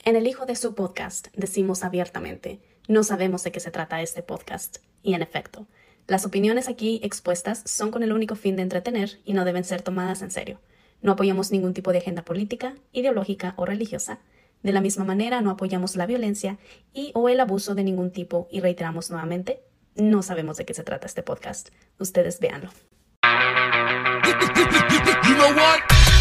En el hijo de su podcast decimos abiertamente, no sabemos de qué se trata este podcast. Y en efecto, las opiniones aquí expuestas son con el único fin de entretener y no deben ser tomadas en serio. No apoyamos ningún tipo de agenda política, ideológica o religiosa. De la misma manera, no apoyamos la violencia y o el abuso de ningún tipo y reiteramos nuevamente, no sabemos de qué se trata este podcast. Ustedes véanlo. You know what?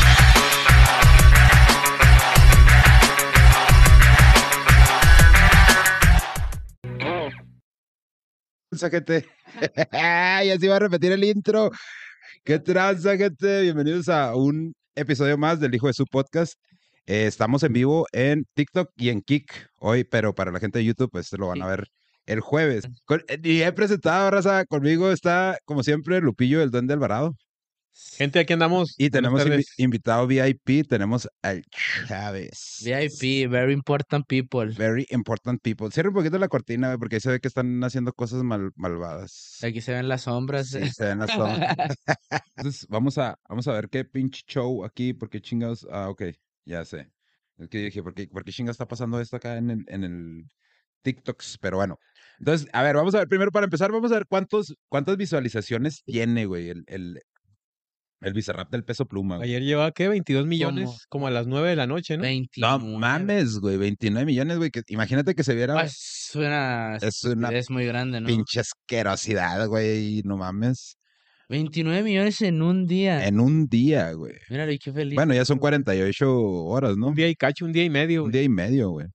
Gente. Y así va a repetir el intro. ¿Qué tranza, gente? Bienvenidos a un episodio más del Hijo de su Podcast. Estamos en vivo en TikTok y en Kik hoy, pero para la gente de YouTube, pues lo van a ver el jueves. Y he presentado, raza, conmigo está, como siempre, Lupillo, el Duende Alvarado. Gente, aquí andamos. Y Buenas tenemos tardes. invitado VIP, tenemos al Chávez. VIP, very important people. Very important people. Cierra un poquito la cortina, güey, porque ahí se ve que están haciendo cosas malvadas. Aquí se ven las sombras. Sí, se ven las sombras. Entonces, vamos a ver qué pinche show aquí, porque chingados. Ah, ok, ya sé. Es que dije, ¿por qué chingados está pasando esto acá en el TikToks? Pero bueno. Entonces, a ver, vamos a ver, primero para empezar, vamos a ver cuántas visualizaciones tiene, güey, el Bizarrap del Peso Pluma, güey. Ayer llevaba, ¿qué? 22 millones, ¿Cómo? como a las 9 de la noche, ¿no? 29. No mames, güey, 29 millones, güey. Imagínate que se viera Es una Es una estupidez muy grande, ¿no? pinche asquerosidad, güey, no mames. 29 millones en un día. En un día, güey. Míralo, y qué feliz. Bueno, ya son 48 horas, ¿no? Un día y cacho, un día y medio. Un güey. día y medio, güey.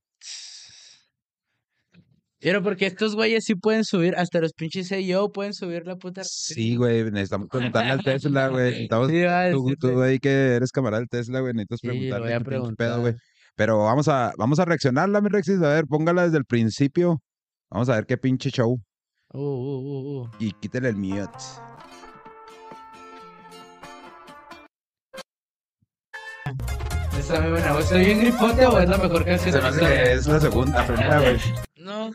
Pero porque estos güeyes sí pueden subir, hasta los pinches CEO pueden subir la puta. Sí, güey, necesitamos preguntarle al Tesla, güey. Necesitamos, Sí, va a tú, decirle. güey, que eres camarada del Tesla, güey, necesitas Sí, lo preguntarle voy a qué pinche pedo, güey. preguntar. Pero vamos a reaccionarla, mi Rexis. A ver, póngala desde el principio. Vamos a ver qué pinche show. Y quítale el mute. Está muy buena. ¿Estoy bien grifote o es la mejor canción? Se me hace que es la segunda, primera, güey. No.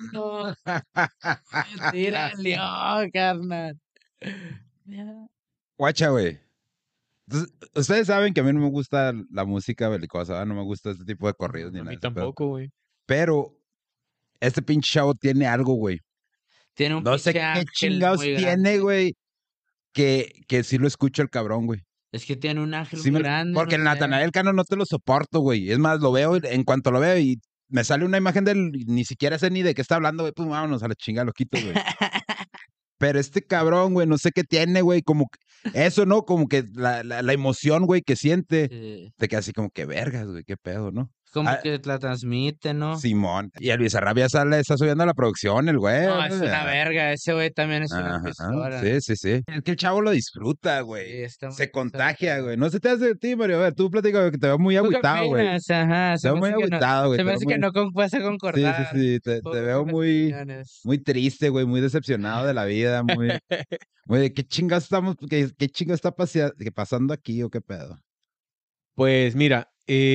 Tírale, carnal. Guacha, güey. Entonces, ustedes saben que a mí no me gusta la música belicosa, ¿verdad? No me gusta este tipo de corridos ni A nada. mí de ese pedo. tampoco, güey. Pero este pinche chavo tiene algo, güey. Tiene un No sé pinche qué ángel chingados muy tiene, grande. güey, que sí lo escucho el cabrón, güey. Es que tiene un ángel Sí muy me- grande. porque no el sé. Natanael Cano no te lo soporto, güey. Es más, lo veo, en cuanto lo veo y me sale una imagen de él, ni siquiera sé ni de qué está hablando, güey. Pues vámonos a la chingada, lo quito, güey. Pero este cabrón, güey, no sé qué tiene, güey, como eso, ¿no? Como que la emoción, güey, que siente, Sí. te queda así como que vergas, güey, qué pedo, ¿no? Como Ah, que la transmite, ¿no? Simón. Y el Bizarrap ya está subiendo a la producción, el güey. No, es una verga. Ese güey también es una Ajá, pistola. sí. Es que el chavo lo disfruta, Sí, güey. está muy Se contagia, pesado. güey. No se te hace de ti, Mario. A ver, tú platica, güey, que te veo muy ¿Tú qué agüitado, güey. opinas? Ajá, Te se veo me muy hace que no, agüitado, güey. se Te me veo hace que muy... no vas a Sí, concordar te con veo mis muy, opiniones. muy triste, güey, muy decepcionado de la vida, muy... Güey, ¿qué chingados estamos, qué chingados está pasando aquí o qué pedo? Pues mira,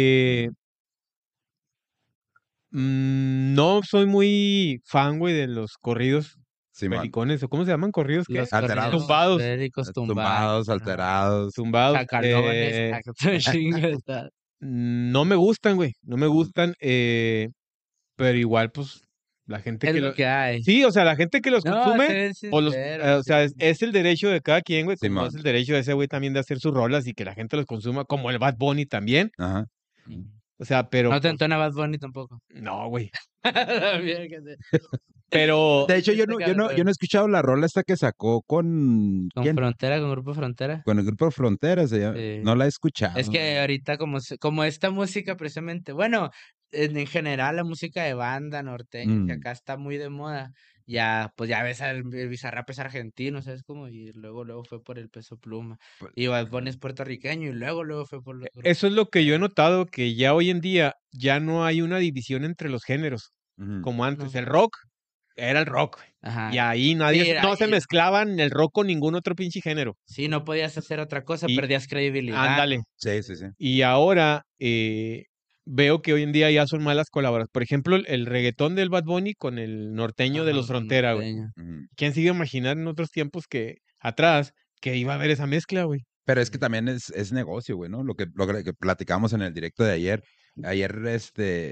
no soy muy fan, güey, de los corridos Simón. belicones, o ¿cómo se llaman? ¿Corridos qué? Los Alterados. corridos Tumbados. bélicos Tumbados, alterados. Tumbados. Chacalones. Chingas. No me gustan, güey. No me gustan, pero igual, pues, la gente Es que lo que hay. Sí, o sea, la gente que los No, consume, sé o sincero, o sea, sí. es el derecho de cada quien, güey, como Simón. es el derecho de ese güey también de hacer sus rolas y que la gente los consuma, como el Bad Bunny también. Ajá. O sea, pero No te pues, entona Bad Bunny tampoco. no, güey. La mierda, Pero De hecho, yo no he escuchado la rola esta que sacó con... Con ¿Quién? Frontera, con Grupo Frontera. Con el grupo Frontera, se llama. Sí. No la he escuchado. Es que ahorita como esta música precisamente, bueno, en general la música de banda norteña, que acá está muy de moda, ya, pues ya ves el Bizarrap es argentino, ¿sabes cómo? Y luego fue por el Peso Pluma. Pues Y Bad Bunny es puertorriqueño y luego fue por los grupos. eso es lo que yo he notado, que ya hoy en día ya no hay una división entre los géneros, Ujú. como antes. No. El rock era el rock, güey. Ajá. Y ahí nadie, Sí, no se ahí- mezclaban el rock con ningún otro pinche género. Sí, no podías hacer otra cosa, Y- perdías credibilidad. Ándale. Sí. Y ahora veo que hoy en día ya son malas colaboraciones. Por ejemplo, el reggaetón del Bad Bunny con el norteño de Ajá, los con Frontera, güey. norteño. Ujú. ¿Quién se iba a imaginar en otros tiempos atrás que iba a haber esa mezcla, güey? Pero es que también es negocio, güey, ¿no? Lo que platicamos en el directo de ayer. Ayer,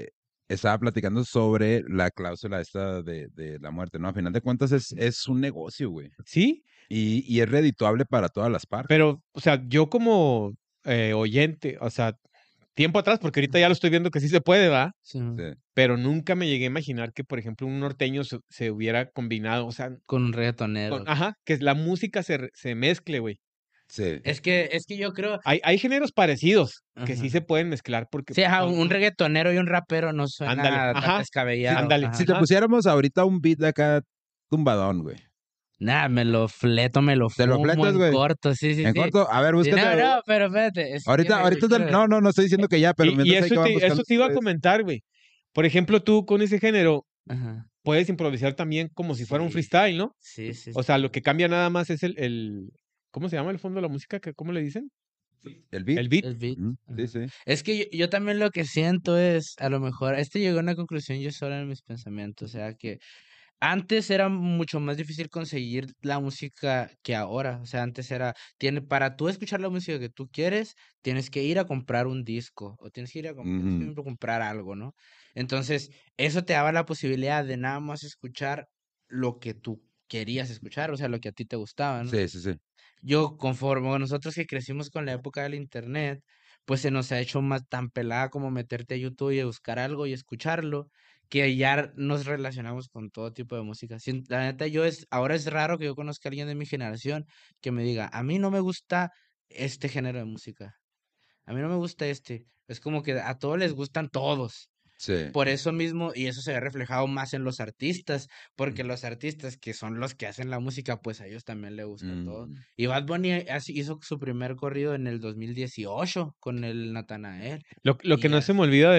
estaba platicando sobre la cláusula esta de la muerte, ¿no? A final de cuentas es un negocio, güey. Sí, Y es redituable para todas las partes. pero, o sea, yo como oyente, o sea, tiempo atrás, porque ahorita ya lo estoy viendo que sí se puede, ¿va? Sí, Sí. Pero nunca me llegué a imaginar que, por ejemplo, un norteño se hubiera combinado, o sea, con un reggaetonero. ajá, que la música se mezcle, güey. Sí. Es que yo creo, Hay géneros parecidos que sí Ajá. se pueden mezclar porque sí, ajá, son- un reggaetonero y un rapero no Ándale, suena tan ajá, descabellado. ándale. Ajá. Si te Ajá. pusiéramos ahorita un beat de acá tumbadón, güey. Nah, me lo fleto, me lo ¿Te lo fumo fletas, en güey? corto, sí, sí, En sí. corto, a ver, Sí, búscate. no, pero espérate. Ahorita no estoy diciendo que ya, pero Y mientras hay eso que van buscando. eso te iba a comentar, güey. Por ejemplo, tú con ese género Ajá. puedes improvisar también como si fuera un Sí, freestyle, ¿no? sí, sí. O sea, lo que cambia nada más es ¿cómo se llama el fondo de la música? ¿Cómo le dicen? El beat. El beat. El beat. Ujú, Ajá. sí, sí. Es que yo también lo que siento es, a lo mejor, llegué a una conclusión yo solo en mis pensamientos, o sea que antes era mucho más difícil conseguir la música que ahora. O sea, antes para tú escuchar la música que tú quieres, tienes que ir a comprar un disco o tienes que ir tienes que ir a comprar algo, ¿no? Entonces, eso te daba la posibilidad de nada más escuchar lo que tú querías escuchar, o sea, lo que a ti te gustaba, ¿no? Sí, sí, sí. Yo, conforme nosotros que crecimos con la época del internet, pues se nos ha hecho más tan pelada como meterte a YouTube y buscar algo y escucharlo, que ya nos relacionamos con todo tipo de música. La neta, ahora es raro que yo conozca a alguien de mi generación que me diga, a mí no me gusta este género de música, a mí no me gusta este. Es como que a todos les gustan todos. Sí. Por eso mismo, y eso se ve reflejado más en los artistas, porque los artistas que son los que hacen la música, pues a ellos también les gusta todo. Mm. Y Bad Bunny hizo su primer corrido en el 2018 con el Natanael. Lo Y que no ya. se me olvida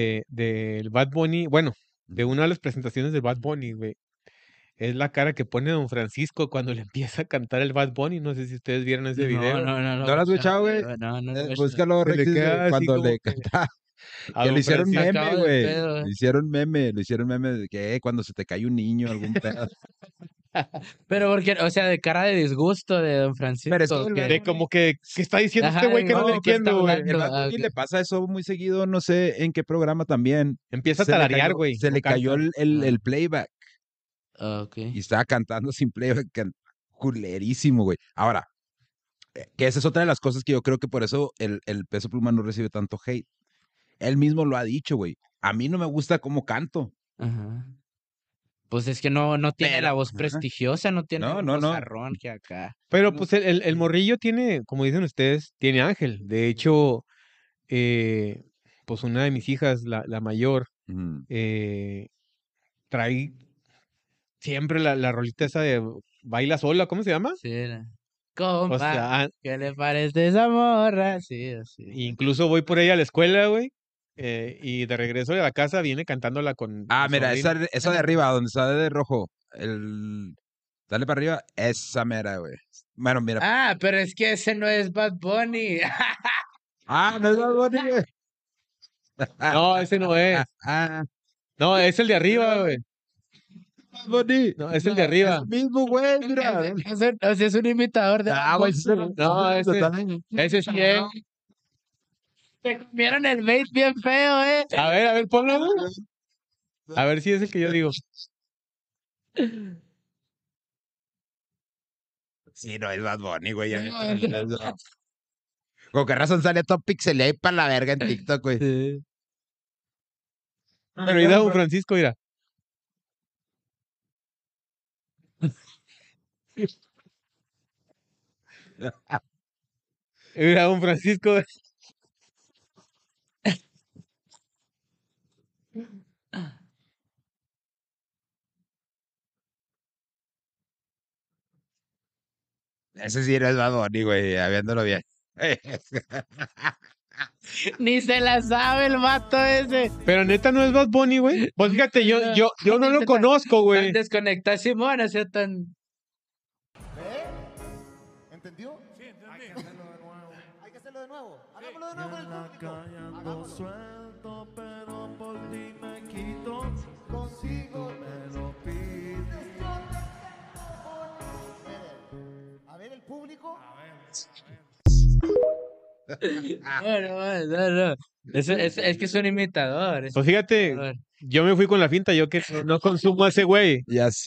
del Bad Bunny, bueno, de una de las presentaciones del Bad Bunny, güey, es la cara que pone Don Francisco cuando le empieza a cantar el Bad Bunny. No sé si ustedes vieron ese No, video. no, no, ¿No lo has escuchado, güey? No, no lo he Búscalo, Se le Rexis, queda así cuando como le que canta. a Que lo Don hicieron Francisco. meme, Sacado de güey. pedo. Lo hicieron meme de que cuando se te cae un niño, algún pedo. Pero porque, o sea, de cara de disgusto de Don Pero es que Francisco. el que- Bad De como que está diciendo Ajá, este güey que no no, le ¿qué está entiendo, güey. El hablando? Bad Ah, Bunny ok. le pasa eso muy seguido, no sé en qué programa también. Empieza a Se le tararear, cayó, güey. se no le cayó canta. el playback Ah, ok. y estaba cantando sin playback, culerísimo, güey. Ahora, que esa es otra de las cosas que yo creo que por eso el Peso Pluma no recibe tanto hate. Él mismo lo ha dicho, güey. A mí no me gusta cómo canto. Ajá. Pues es que no tiene la Pero, voz ajá. prestigiosa, no tiene No, el no, no. vozarrón que acá. Pero No. pues el morrillo tiene, como dicen ustedes, tiene ángel. De hecho, pues una de mis hijas, la mayor, Mm. trae siempre la rolita esa de Baila Sola, ¿cómo se llama? Sí, O compa, sea, ¿qué le parece esa morra? Sí, así. incluso voy por ella a la escuela, güey, y de regreso de la casa viene cantándola con Ah, mi mira, sobrino. esa de arriba, donde está de rojo. Dale para arriba, esa mera, güey. Bueno, mira. Ah, pero es que ese no es Bad Bunny. Ah, no es Bad Bunny, güey. No, ese no es. Ah, No, es el de arriba, güey. Bad Bunny. No, es el de arriba. Es el mismo, güey, mira. O sea, es un imitador de Ah, Bad güey, Bunny. No, ese sí es. Te comieron el bait bien feo, ¿eh? A ver, ponlo. A ver si es el que yo digo. Sí, no es Bad Bunny, güey. ya. No, Con qué razón sale todo pixelado y para la verga en TikTok, güey. sí. Pero mira, don Francisco, mira. Mira, don Francisco. Ese sí no es Bad Bunny, güey, ya viéndolo bien. Ni se la sabe el vato ese. Pero neta no es Bad Bunny, güey. Pues fíjate, yo no lo conozco, güey. Tan desconectado, Simón, o sea, tan... ¿Entendió? Sí, entendí. Hay que hacerlo de nuevo. Hay que hacerlo de nuevo. Hagámoslo de nuevo con el público. Hagámoslo. Suelto, pero por ti me quito. Consigo Me lo pides. A ver el público. No. Es que es un imitador. Pues fíjate, yo me fui con la finta, yo que no consumo a ese güey. Ya sé.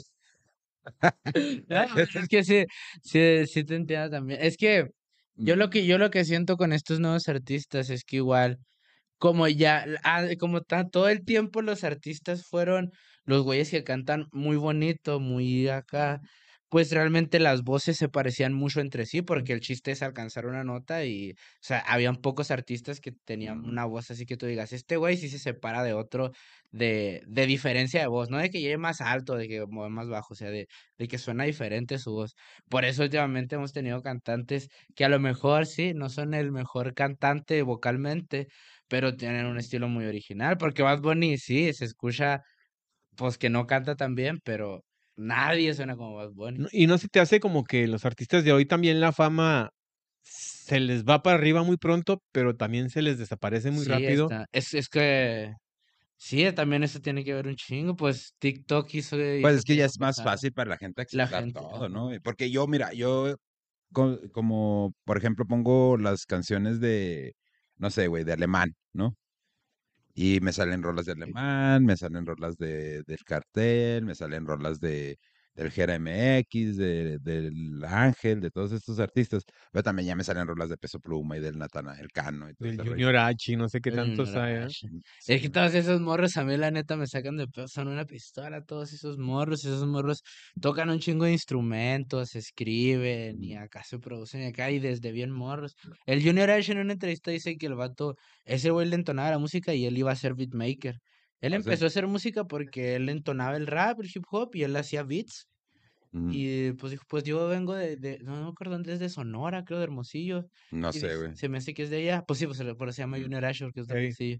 No, es que sí te entiendo también. Es que yo lo que siento con estos nuevos artistas es que igual, como ya, todo el tiempo los artistas fueron los güeyes que cantan muy bonito, muy acá, pues realmente las voces se parecían mucho entre sí, porque el chiste es alcanzar una nota y, o sea, habían pocos artistas que tenían una voz así que tú digas, este güey sí se separa de otro de diferencia de voz, no de que llegue más alto, de que mueva más bajo, o sea, de que suena diferente su voz. Por eso últimamente hemos tenido cantantes que a lo mejor sí, no son el mejor cantante vocalmente, pero tienen un estilo muy original, porque Bad Bunny sí, se escucha, pues que no canta tan bien, pero nadie suena como Bad Bunny. Y no se te hace como que los artistas de hoy también la fama se les va para arriba muy pronto, pero también se les desaparece muy Sí, rápido. es que, sí, también eso tiene que ver un chingo, pues TikTok Pues hizo es que que ya eso es más pasara. fácil para la gente La accesar gente, todo, ajá. ¿no? Porque yo, mira, yo como, por ejemplo, pongo las canciones de, no sé, güey, de alemán, ¿no? Y me salen rolas de alemán, me salen rolas del Cartel, me salen rolas del Gera MX, del Ángel, de todos estos artistas. Pero también ya me salen rolas de Peso Pluma y del Natanael Cano y todo Del ese rollo. Junior H, no sé qué El tantos Junior hay, H. Es que Sí, todos esos morros a mí la neta me sacan de pedo, son una pistola todos esos morros tocan un chingo de instrumentos, escriben y acá se producen y acá y desde bien morros. El Junior H en una entrevista dice que el vato, ese güey le entonaba la música y él iba a ser beatmaker. Él ¿Ah, sí? empezó a hacer música porque él entonaba el rap, el hip hop y él hacía beats. Ujú. Y pues dijo, pues yo vengo no me acuerdo dónde es, de Sonora, creo, de Hermosillo. No Y sé, güey. se me hace que es de allá. Pues sí, pues por eso se llama Ujú. Junior H porque es de Ey. Hermosillo.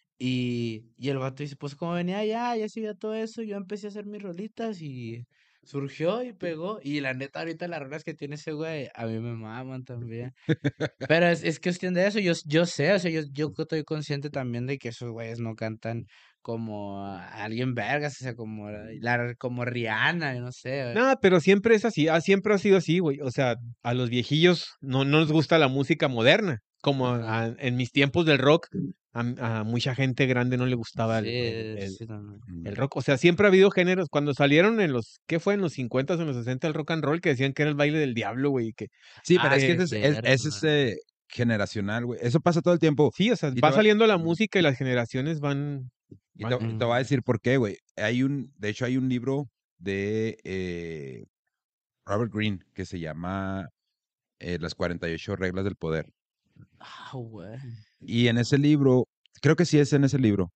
Y el vato dice, pues como venía allá, ya sabía todo eso, yo empecé a hacer mis rolitas y surgió y pegó. Y la neta, ahorita las rolas que tiene ese güey, a mí me maman también. Pero es cuestión de eso, yo sé, o sea, yo estoy consciente también de que esos güeyes no cantan como alguien vergas, o sea, como Rihanna, yo no sé. No, pero siempre es así, siempre ha sido así, güey. O sea, a los viejillos no nos gusta la música moderna, como Ajá. en mis tiempos del rock, a mucha gente grande no le gustaba Sí, sí, también. el rock. O sea, siempre ha habido géneros. Cuando salieron ¿qué fue? En los 50 o en los 60 el rock and roll, que decían que era el baile del diablo, güey, que Sí, pero Ah, es que sí, que ese es cierto. es generacional, güey. Eso pasa todo el tiempo. sí, o sea, Y te va voy, saliendo la música y las generaciones van y te voy a Ujú. decir por qué, güey. De hecho, hay un libro de Robert Greene que se llama Las 48 reglas del poder. Ah, güey. Y en ese libro, creo que sí es en ese libro,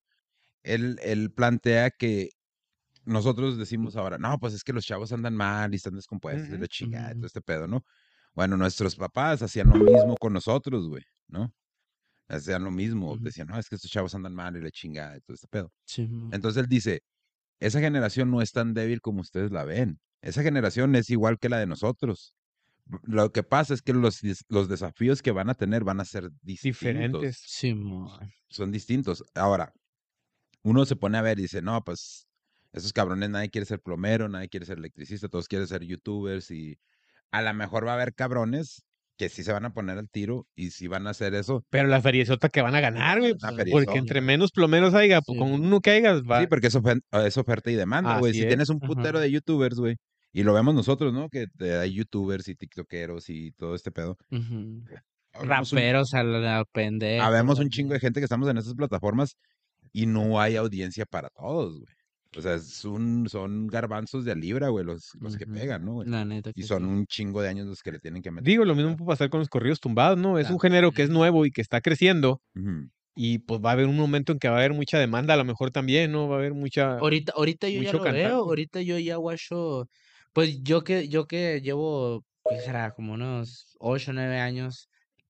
él plantea que nosotros decimos ahora, no, pues es que los chavos andan mal y están descompuestos y Ujú. la chingada, y todo Ujú. este pedo, ¿no? Bueno, nuestros papás hacían lo mismo con nosotros, güey, ¿no? Hacían lo mismo, Ujú. decían, no, es que estos chavos andan mal y la chingada y todo este pedo. Sí, Entonces él dice, esa generación no es tan débil como ustedes la ven. Esa generación es igual que la de nosotros. Lo que pasa es que los desafíos que van a tener van a ser distintos. Diferentes. Simón. Son distintos. Ahora, uno se pone a ver y dice, no, pues esos cabrones, nadie quiere ser plomero, nadie quiere ser electricista, todos quieren ser youtubers y a lo mejor va a haber cabrones que sí se van a poner al tiro y sí van a hacer eso, Pero la feriezota que van a ganar, güey, una porque entre feriezota. menos plomeros haya, pues Sí, con uno que haya, Sí, va. porque es oferta y demanda, güey. Así Si es. tienes un ajá. putero de youtubers, güey, y lo vemos nosotros, ¿no? Que hay youtubers y tiktokeros y todo este pedo. Ujú. Habemos un, Raperos a la pendejo habemos un chingo de también. gente que estamos en esas plataformas y no hay audiencia para todos, güey. O sea, son garbanzos de a libra, güey, los que Ujú. pegan, ¿no, güey? La neta Y que son sí. un chingo de años los que le tienen que meter. Digo, lo mismo puede pasar con los corridos tumbados, ¿no? Es un género que es También. nuevo y que está creciendo Ujú. y pues va a haber un momento en que va a haber mucha demanda, a lo mejor también, ¿no? Va a haber Ahorita yo ya mucho lo veo, cantante. ahorita yo ya guacho, pues yo que llevo, ¿qué será? Como unos 8 o 9 años,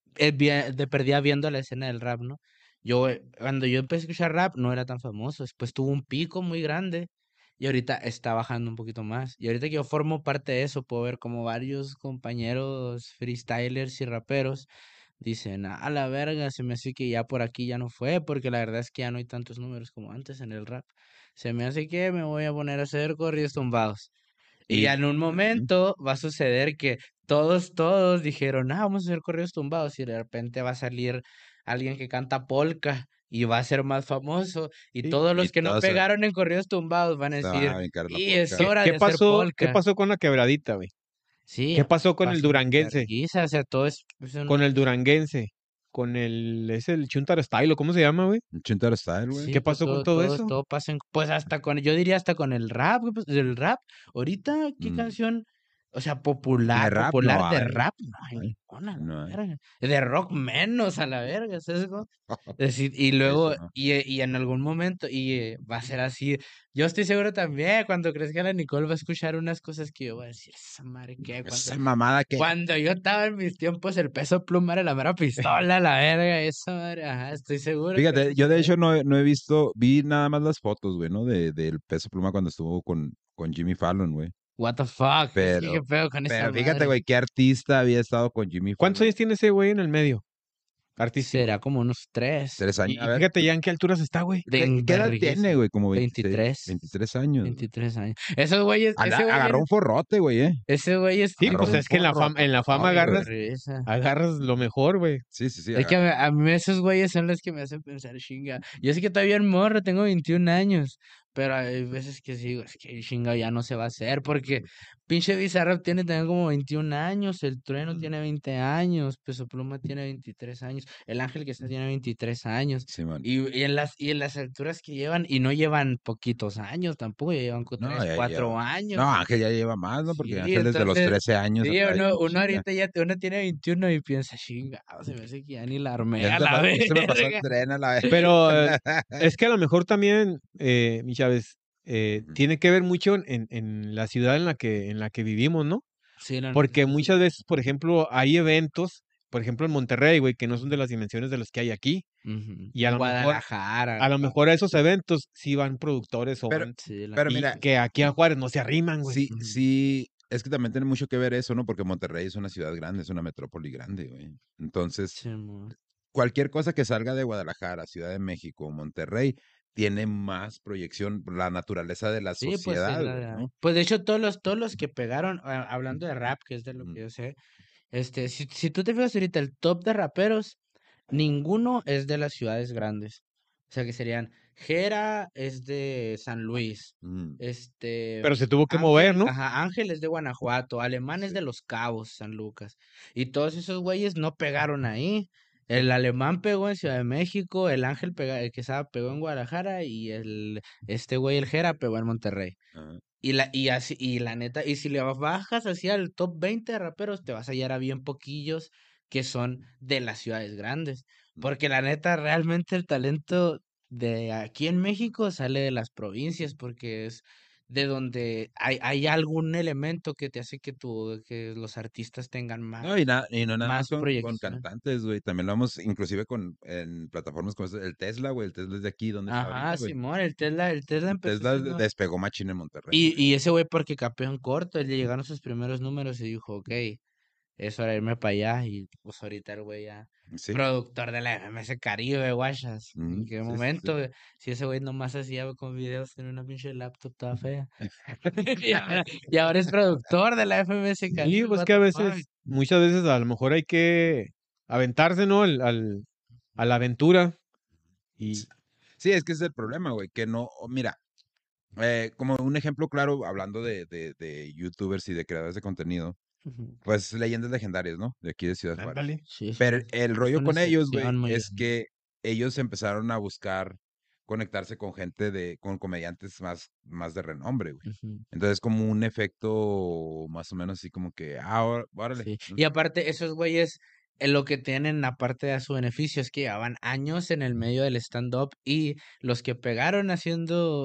de perdida viendo la escena del rap, ¿no? Cuando yo empecé a escuchar rap no era tan famoso, después tuvo un pico muy grande y ahorita está bajando un poquito más. Y ahorita que yo formo parte de eso, puedo ver como varios compañeros freestylers y raperos dicen, a la verga, se me hace que ya por aquí ya no fue, porque la verdad es que ya no hay tantos números como antes en el rap. Se me hace que me voy a poner a hacer corridos tumbados. Y Y ya en un ujú. momento va a suceder que todos dijeron, vamos a hacer corridos tumbados y de repente va a salir alguien que canta polka y va a ser más famoso. Y Sí. todos los Y que no todos se- pegaron en corridos tumbados van a se van decir, a brincar la y es polca. hora ¿Qué de hacer pasó, qué polka. pasó con la quebradita, güey? Sí, ¿Qué pasó con el pasan de duranguense? vergüenza, o sea, todo es un... Con el duranguense, con es el Chuntaro Style, ¿o cómo se llama, güey? Un Chuntaro Style, güey. Sí, ¿Qué pues pasó con todo eso? todo pasa pues hasta con, yo diría hasta con el rap, güey, pues, el rap. Ahorita, ¿qué Mm. canción? O sea, De popular, rap popular no de hay. rap, no hay Ay, ninguna, no la hay. verga. De rock menos a la verga, ¿sabes cómo? Es decir, y De luego, hecho, no. y en algún momento, va a ser así. Yo estoy seguro también, cuando crezca la Nicole va a escuchar unas cosas que yo voy a decir, esa madre, ¿qué? Esa mamada que. Cuando yo estaba en mis tiempos, el Peso Pluma era la mera pistola, la verga, esa madre, ajá, estoy seguro que va a Fíjate, yo de suceder. hecho no he visto, vi nada más las fotos, güey, ¿no? Del Peso Pluma cuando estuvo con Jimmy Fallon, güey. What the fuck, es que qué Pero, pedo con esa pero fíjate, madre. güey, qué artista había estado con Jimmy ¿Cuántos Fallon. años tiene ese güey en el medio? Artístico. Será como unos 3. 3 años. Y A ver, fíjate ya en qué alturas está, güey. ¿qué edad tiene, güey? Como 26, 23. 23 años. Güey. 23 años. Esos güeyes, Agarró un forrote, güey, ¿eh? ese güey es, Sí, Agarró pues un es que en la fama, forrototote, agarras, güey. agarras lo mejor, güey. Sí, sí, sí. Es que a mí esos güeyes son los que me hacen pensar, chinga. Yo sé que todavía en morro, tengo 21 años, pero hay veces que digo, es que chinga ya no se va a hacer, porque pinche Bizarrap tiene también como 21 años, el Trueno tiene 20 años, Peso Pluma tiene 23 años, el Ángel que está tiene 23 años, Sí, man. y en las alturas que llevan, y no llevan poquitos años tampoco, ya llevan No, 3, ya 4 lleva. años. No, Ángel ya lleva más, ¿no? Porque Sí, Ángel desde los entonces, 13 años sí, trae uno chinga. ahorita ya, uno tiene 21 y piensa, chinga, se me hace que ya ni la armé Ya a se la se me pasó el verga. tren a la vez. Pero es que a lo mejor también, mi Chávez, Ujú. tiene que ver mucho en la ciudad en la que vivimos, ¿no? Sí, la neta, Porque sí. muchas veces, por ejemplo, hay eventos, por ejemplo, en Monterrey, güey, que no son de las dimensiones de los que hay aquí. Ujú. Y a En lo mejor, Guadalajara. a lo mejor a esos eventos sí van productores o Pero, van, Sí, la pero y mira, que aquí a Juárez no se arriman, güey. sí, Ujú. sí, es que también tiene mucho que ver eso, ¿no? Porque Monterrey es una ciudad grande, es una metrópoli grande, güey. Entonces, Simón. cualquier cosa que salga de Guadalajara, Ciudad de México, Monterrey, tiene más proyección, por la naturaleza de la Sí, pues sí, sociedad, güey, ¿no? pues de hecho todos los que pegaron, hablando de rap, que es de lo Ujú. que yo sé, si tú te fijas ahorita el top de raperos, ninguno es de las ciudades grandes. O sea que serían, Jera es de San Luis, Mm, Pero se tuvo que mover, ¿no? Ángel es de Guanajuato, Alemán es sí. de Los Cabos, San Lucas. Y todos esos güeyes no pegaron ahí. El Alemán pegó en Ciudad de México, el Ángel el Quesada pegó en Guadalajara y este güey, el Jera, pegó en Monterrey. Ajá. Y la neta, y si le bajas hacia el top 20 de raperos, te vas a hallar a bien poquillos que son de las ciudades grandes. Porque la neta, realmente el talento de aquí en México sale de las provincias, porque es de donde hay algún elemento que te hace que los artistas tengan No, y no nada más más con proyección. cantantes, güey. También lo vamos, inclusive en plataformas como el Tesla, güey. El Tesla es de aquí, donde está Ajá, ahorita, güey. Simón, el Tesla El empezó Tesla siendo... despegó machín en Monterrey, Y, güey. y ese güey porque capeó en corto, le llegaron sus primeros números y dijo, ok, es hora de irme para allá. Y pues ahorita el güey ya, Sí. productor de la FMS Caribe, guachas. ¿En Ujú, qué sí, sí, momento, sí. güey? Si ese güey nomás hacía con videos en una pinche laptop toda fea. Y ahora es productor de la FMS Sí, Caribe, pues what que a the fuck. veces, muchas veces a lo mejor hay que aventarse, ¿no? A la aventura. Y Sí, es que ese es el problema, güey. Que no, mira, como un ejemplo claro, hablando de YouTubers y de creadores de contenido, Ujú. pues leyendas legendarias, ¿no? De aquí de Ciudad Juárez. ándale. Sí, Pero sí. el Es rollo una con ellos, güey, excepción muy es grande. que ellos empezaron a buscar conectarse con gente con comediantes más de renombre, güey. Ujú. Entonces, como un efecto más o menos así como que, órale. Sí. Y aparte, esos güeyes, lo que tienen aparte de su beneficio es que llevaban años en el medio del stand-up y los que pegaron haciendo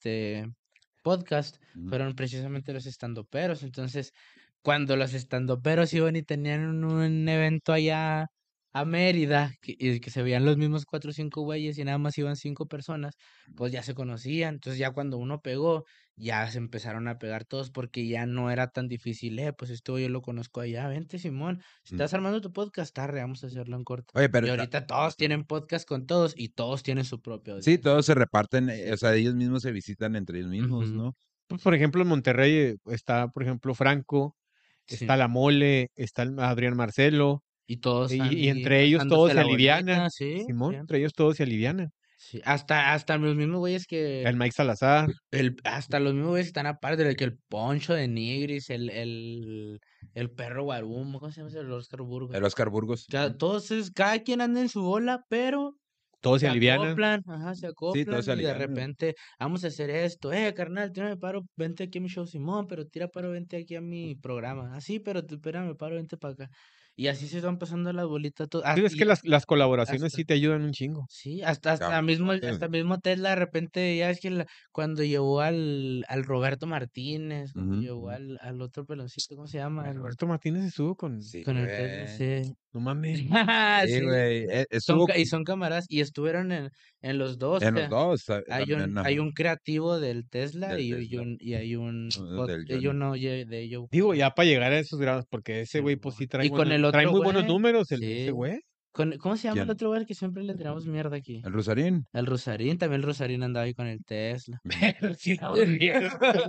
podcast Ujú. fueron precisamente los estandoperos. Entonces, cuando los estandoperos iban y tenían un evento allá a Mérida, y que se veían los mismos 4 o 5 güeyes y nada más iban 5 personas, pues ya se conocían. Entonces, ya cuando uno pegó, ya se empezaron a pegar todos porque ya no era tan difícil, pues esto yo lo conozco allá, vente Simón, si Mm. estás armando tu podcast, arre, vamos a hacerlo en corto. Oye, pero Y ahorita todos tienen podcast con todos y todos tienen su propio sí, audiencia. todos se reparten, Sí. o sea, ellos mismos se visitan entre ellos mismos, Ujú. ¿no? Pues, por ejemplo, en Monterrey está, por ejemplo, Franco, Sí. está La Mole, está el Adrián Marcelo, Y todos Y ahí entre ellos echándose todos se la alivianan, bolita, sí, Simón, sí, entre ellos todos se alivianan. sí. Hasta los mismos güeyes El Mike Salazar, hasta los mismos güeyes están aparte de que el Poncho de Nigris, el perro Guarumo, ¿cómo se llama ese? El Oscar Burgos. El Oscar Burgos. Todos cada quien anda en su bola, pero todos se se alivianan. acoplan, ajá, se acoplan todos se y de alivianan. repente vamos a hacer esto, carnal, tírame paro, vente aquí a mi show, Simón, pero tira paro, vente aquí a mi programa, así, pero espérame paro, vente para acá. Y así se van pasando las bolitas, Sí, es que las colaboraciones hasta- sí te ayudan un chingo. sí, hasta mismo Tesla de repente, ya es que cuando llevó al Roberto Martínez, cuando Ujú, llevó ujú. al otro peloncito, ¿cómo se llama? Roberto Martínez estuvo con... Sí, Con el Tesla, güey. sí. No mames. Sí, Sí. güey. Son, Estuvo y son camaradas y estuvieron en los dos. en O los sea, dos hay también, hay ajá, un creativo del Tesla del y Tesla, hay un del yo Johnny. no de ellos. Digo, ya para llegar a esos grados, porque ese güey pues sí Y con el trae otro muy buenos güey, números, ese sí. güey. ¿Cómo se llama el ¿Quién? otro güey al que siempre le tiramos mierda aquí? ¿El Rosarín? El Rosarín, también el Rosarín andaba ahí con el Tesla. Pero sí, no, bien.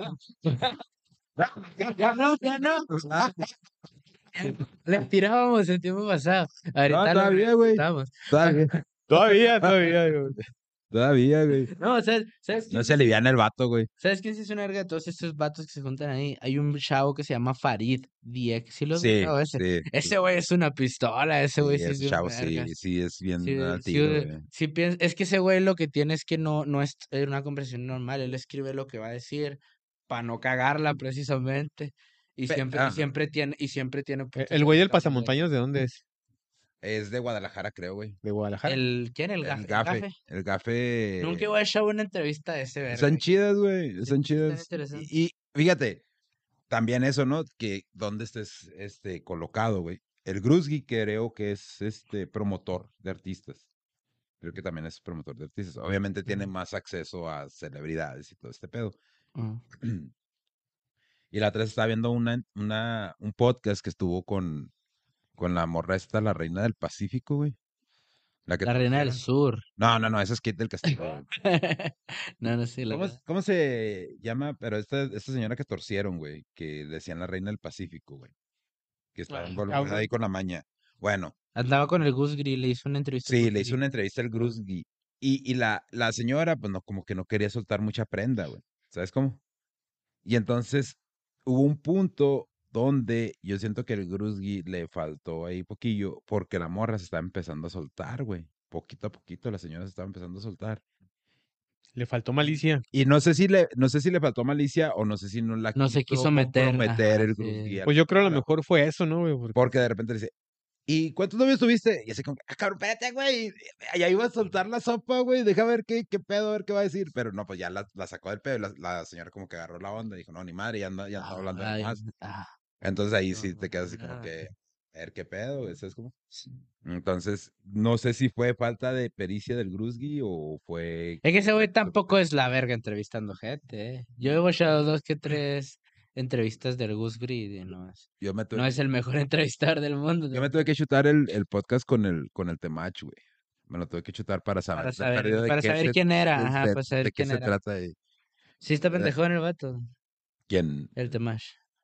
Ya no, ya no. Le tirábamos el tiempo pasado. No, Ahorita lo todavía, güey. recortamos. Todavía, Todavía, güey. todavía, güey. No, ¿sabes No quién se aliviana el vato, güey. ¿Sabes quién sí es una verga de todos estos vatos que se juntan ahí? Hay un chavo que se llama Farid Diek. ¿Sí lo has Sí, escuchado ese? sí. Ese güey es una pistola, ese güey Sí, sí es ese bien chavo sí, vergas. sí es bien Sí, al sí, tiro, güey. sí es que ese güey lo que tiene es que no es una conversación normal. Él escribe lo que va a decir para no cagarla precisamente. Y Ajá. siempre tiene puntos El güey del educados, güey. pasamontañas, ¿de dónde es? Es de Guadalajara, creo, güey. De Guadalajara. ¿Quién? El El gafe. ¿El gafe. gafe? El gafe. Nunca voy a echar una entrevista de ese verga. Están chidas, güey. Sí, Están sí, están chidas. interesantes. Y fíjate, también eso, ¿no? Que dónde estés colocado, güey. El Gruzgi creo que es promotor de artistas. Creo que también es promotor de artistas. Obviamente tiene más acceso a celebridades y todo este pedo. Ah. Y la otra vez estaba viendo un podcast que estuvo con la morra esta, la reina del Pacífico, güey. La que La reina del torcieron. sur. No, esa es Kate del Castillo, güey. No sé, la ¿Cómo, verdad. cómo se llama? Pero esta señora que torcieron, güey, que decían la reina del Pacífico, güey. Que estaba involucrada ahí con la maña. Bueno, Andaba con el Gus Gris, le hizo una entrevista al sí, Gus le hizo Gris. una entrevista al Gruzgi. Y la señora, pues no, como que no quería soltar mucha prenda, güey. ¿Sabes cómo? Y entonces hubo un punto donde yo siento que el Gruzgi le faltó ahí poquillo, porque la morra se estaba empezando a soltar, güey. Poquito a poquito la señora se estaba empezando a soltar. Le faltó malicia. Y no sé si le faltó malicia o no sé si no la No se quiso meter. comprometer Ajá, el sí. Gruzgi. Pues yo creo a lo mejor fue eso, ¿no, güey? Porque de repente le dice, ¿y cuántos novios tuviste? Y así como, cabrón, espérate, güey. Ya iba a soltar la sopa, güey. Deja ver qué pedo, a ver qué va a decir. Pero no, pues ya la sacó del pedo. La señora como que agarró la onda y dijo, no, ni madre, ya anda hablando de Ay, más. ah, Entonces ahí no, sí te quedas así como nada. que, a ver qué pedo, güey, ¿sabes cómo? Sí. Entonces, no sé si fue falta de pericia del Gruzgi o fue... Es que ese güey tampoco es la verga entrevistando gente, Yo he escuchado 2 que 3 entrevistas del Gus Gris y Yo me tuve no es el mejor entrevistador del mundo. Yo me tuve que chutar el podcast con el Temach, güey. Me lo tuve que chutar para saber Para saber quién era, ajá, para saber de qué quién se era. trata. Sí está pendejón el vato, ¿Quién? el Temash.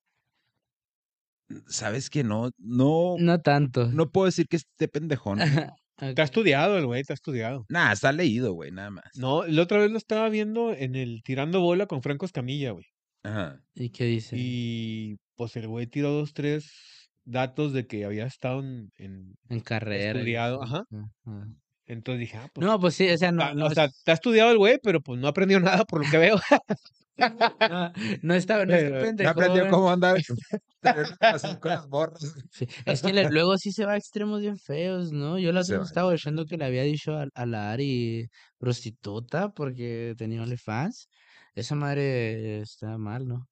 ¿Sabes que no No tanto. puedo decir que esté pendejón. Ok. Te ha estudiado el güey, te ha estudiado. Nah, está leído, güey, nada más. No, la otra vez lo estaba viendo en el Tirando Bola con Franco Escamilla, güey. Ajá. ¿Y qué dice? Y pues el güey tiró 2, 3 datos de que había estado En carrera. y estudiado, así. ajá. Ajá. Entonces dije, pues, No, pues sí, o sea, o sea, te ha estudiado el güey, pero pues no aprendió nada por lo que veo. no está No pendejón. aprendió cómo andar tener una relación con las morras. Sí, es que luego sí se va a extremos bien feos, ¿no? Yo la Se otra va vez estaba bien oyendo que le había dicho a la Ari prostituta porque tenía OnlyFans. Esa madre está mal, ¿no?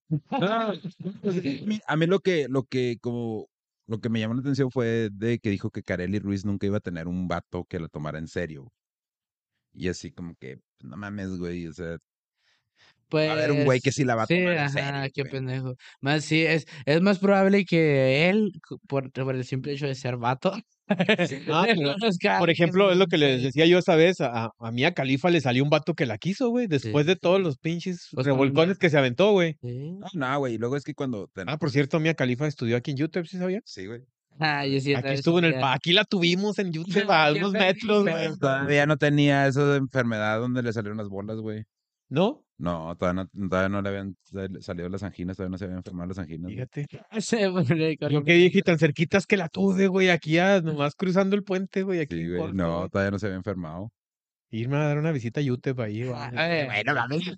A mí lo que me llamó la atención fue de que dijo que Kareli Ruiz nunca iba a tener un vato que la tomara en serio. Y así como que, pues, no mames, güey, o sea, va a haber un güey que sí la va a sí, tomar en ajá, serio, qué güey. pendejo. Más sí, es más probable que él, por el simple hecho de ser vato, Ah, le pero, conozca a por alguien que ejemplo, sí es lo que sea les serio. decía yo esa vez, a Mía Khalifa le salió un vato que la quiso, güey, después de todos los pinches Pues con revolcones que se aventó, güey. sí. No, güey, y luego es que cuando... Ah, por cierto, Mía Khalifa estudió aquí en YouTube, ¿sí sabía? Sí, güey. Yo sí Aquí otra vez estuvo en el sentía- aquí la tuvimos en YouTube a Qué unos metros, güey. feliz. Todavía no tenía esa enfermedad donde le salieron las bolas, güey. ¿No? No, todavía no le habían salido las anginas, todavía no se habían enfermado las anginas, güey. Fíjate. Se pone Yo corriendo. que dije tan cerquitas que la tuve, güey, aquí ya, nomás cruzando el puente, güey, aquí Sí, en güey. corto, No, güey. todavía no se había enfermado. Irme a dar una visita a YouTube ahí, güey. Bueno,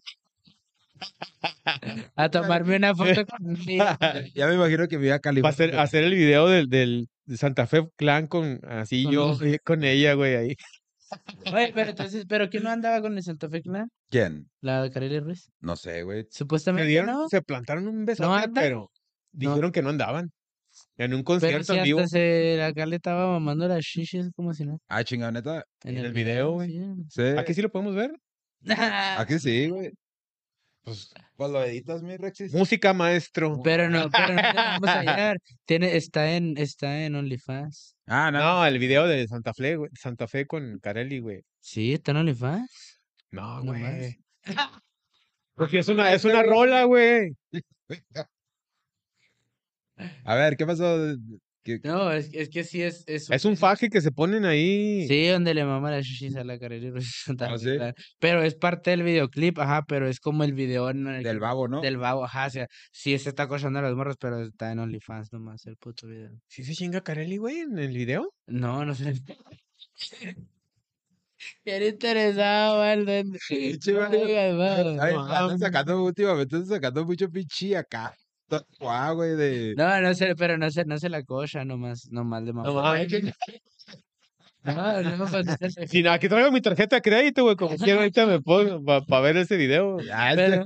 a tomarme una foto conmigo. Ya me imagino que me iba a Para California. hacer el video de Santa Fe Clan con así Con yo los- con ella, güey, ahí. Oye, pero entonces, ¿pero quién no andaba con el Santa Fe Clan? ¿Quién? La Kareli Ruiz. No sé, güey. Supuestamente no. Se plantaron un besote, anda? pero dijeron que no andaban. En un Pero concierto si en hasta vivo, acá le estaba mamando las shishis como si no. Ah, chingada, neta. en el video, güey. Sí. Aquí sí lo podemos ver. Aquí sí, güey. Pues, Pues lo editas, mi Rexis. música, maestro. Pero no te la vamos a hallar. Está en OnlyFans. Ah, no. No, el video de Santa Fe, güey. Santa Fe con Carelli, güey. Sí, está en OnlyFans. No, No güey. Porque es una rola, güey. A ver, ¿qué pasó? No, es que sí es Es un faje que se ponen ahí. Sí, donde le mama las shishis a la Kareli Ruiz. ¿Ah, sí? Pero es parte del videoclip, ajá, pero es como el video en el Del babo, ¿no? del babo, ajá, o sea, sí se está acosando a los morros, pero está en OnlyFans nomás el puto video. ¿Sí se chinga Carelli, güey, en el video? No, no sé. Bien interesado, el duende. Pinche No Mario. digas más. Ay, no andan mames. sacando últimamente, andan sacando mucho pinche acá. Guau, güey, de... No, no sé, pero no se la cocha, nomás de No mamá. mames. No, no, pues, no sé. Si no, aquí traigo mi tarjeta de crédito, güey. Como quiero, ahorita me pongo para ver ese video. Ah, Pero,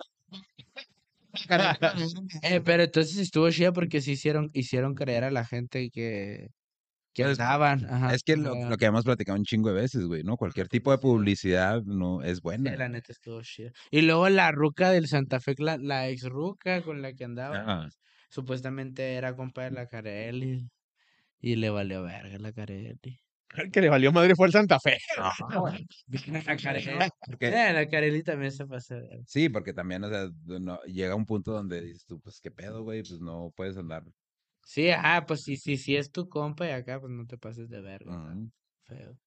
pero entonces estuvo chida porque sí hicieron creer a la gente que Pues, andaban, ajá. es que lo que hemos platicado un chingo de veces, güey, ¿no? Cualquier tipo de publicidad no es Sí, buena. la neta estuvo chida. Y luego la ruca del Santa Fe, la ex ruca con la que andaba, Ajá. supuestamente era compa de la Carelli. Y le valió verga la Carelli. El que le valió madre fue el Santa Fe. La Carelli. Porque, La Carelli también se pasó de verga. sí, porque también, o sea, llega un punto donde dices tú, pues, ¿qué pedo, güey? Pues no puedes andar. Sí, ajá, pues sí es tu compa y acá, pues no te pases de verga. Ujú. Feo.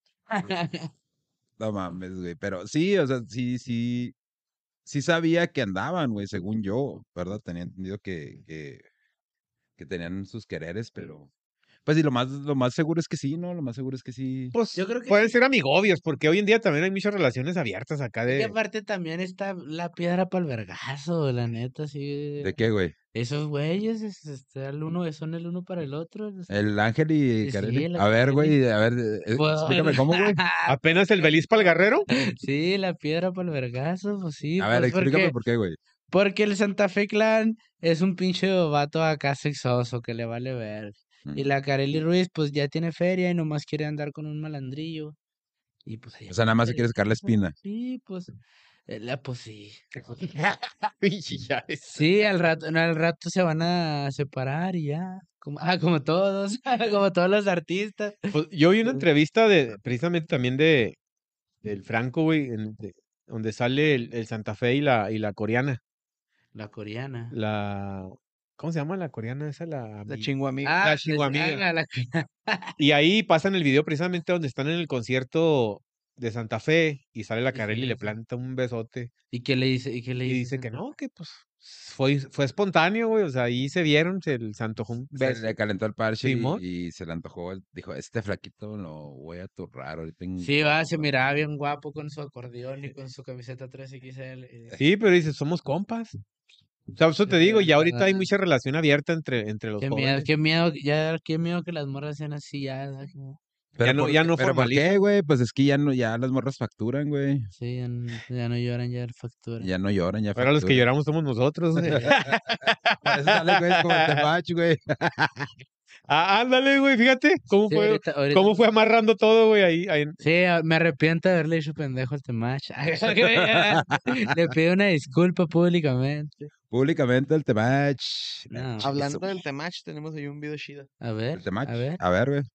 No mames, güey. Pero sí, o sea, sí sabía que andaban, güey, según yo, ¿verdad? Tenía entendido que tenían sus quereres, pero... Pues sí, lo más seguro es que sí, ¿no? Lo más seguro es que sí. Pues Yo creo que pueden sí. ser amigobios, porque hoy en día también hay muchas relaciones abiertas acá Y de. aparte también está la piedra para el vergazo, la neta, sí. ¿De qué, güey? Esos güeyes son el uno para el otro. El Ángel y Sí, Kareli. la A ver, Kareli. güey, a ver, Pues, explícame cómo, güey. Apenas el Belis para el Guerrero. sí, la piedra para el vergazo, pues sí, A ver, pues explícame por qué, güey. porque el Santa Fe Clan es un pinche vato acá sexoso que le vale ver. Y Mm. la Kareli Ruiz, pues ya tiene feria y nomás quiere andar con un malandrillo. Y pues ella O sea, nada más se quiere sacar la espina. Sí, pues, pues sí. Ya ves. Sí, al rato se van a separar y ya. Como todos, como todos los artistas. Pues, yo vi una entrevista precisamente también del Franco, güey, donde sale el Santa Fe y la coreana. La coreana. ¿Cómo se llama la coreana esa? La chinguamiga. La Pues, chinguamiga. la Y ahí pasan el video precisamente donde están en el concierto de Santa Fe y sale la Y Carelli y le sí. planta un besote ¿Y qué le dice? ¿Y qué le y dice? dice que no, que pues fue espontáneo, güey, o sea, ahí se vieron, se antojó un Se beso. le calentó el parche Simón. y se le antojó. Dijo, este flaquito lo voy a turrar ahorita. Sí, se miraba bien guapo con su acordeón y con su camiseta 3XL. Sí, pero dice, somos compas. O sea, eso te digo, ya ahorita hay mucha relación abierta entre los Qué miedo, jóvenes. qué miedo que las morras sean así, ya. Pero ya no ¿pero por qué, formalizan. güey? Pues es que ya las morras facturan, güey. Sí, ya no lloran, ya factura. Ya no lloran, ya Ahora los que facturan. lloramos somos nosotros, güey. Por eso sale, güey, como el Temach, güey. Ándale, güey, fíjate cómo Sí, fue, ahorita- cómo fue amarrando todo, güey, ahí. Sí, me arrepiento de haberle dicho pendejo al Temach. Le pido una disculpa públicamente. Públicamente el Temach. No. Hablando del Temach, tenemos ahí un video chido. A ver, El Temach. a ver. A ver, güey.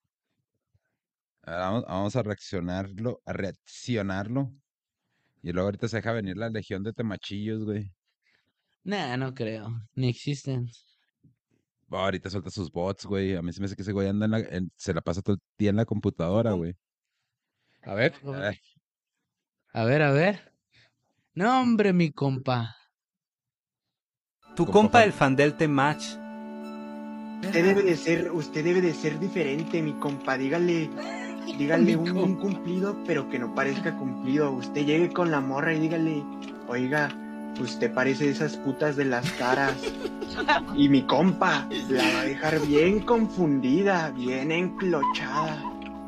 A ver, vamos a reaccionarlo. Y luego ahorita se deja venir la legión de temachillos, güey. Nah, no creo. Ni existen. Ahorita suelta sus bots, güey. A mí se me hace que ese güey anda se la pasa todo el día en la computadora, güey. A ver. Ay, A ver, a ver. No, hombre, mi compa. Tu Compa compa fan. el fan del Temach. Usted debe de ser diferente, mi compa. Dígale un cumplido, pero que no parezca cumplido. Usted llegue con la morra y dígale, oiga, usted parece de esas putas de las caras. Y mi compa la va a dejar bien confundida, bien enclochada.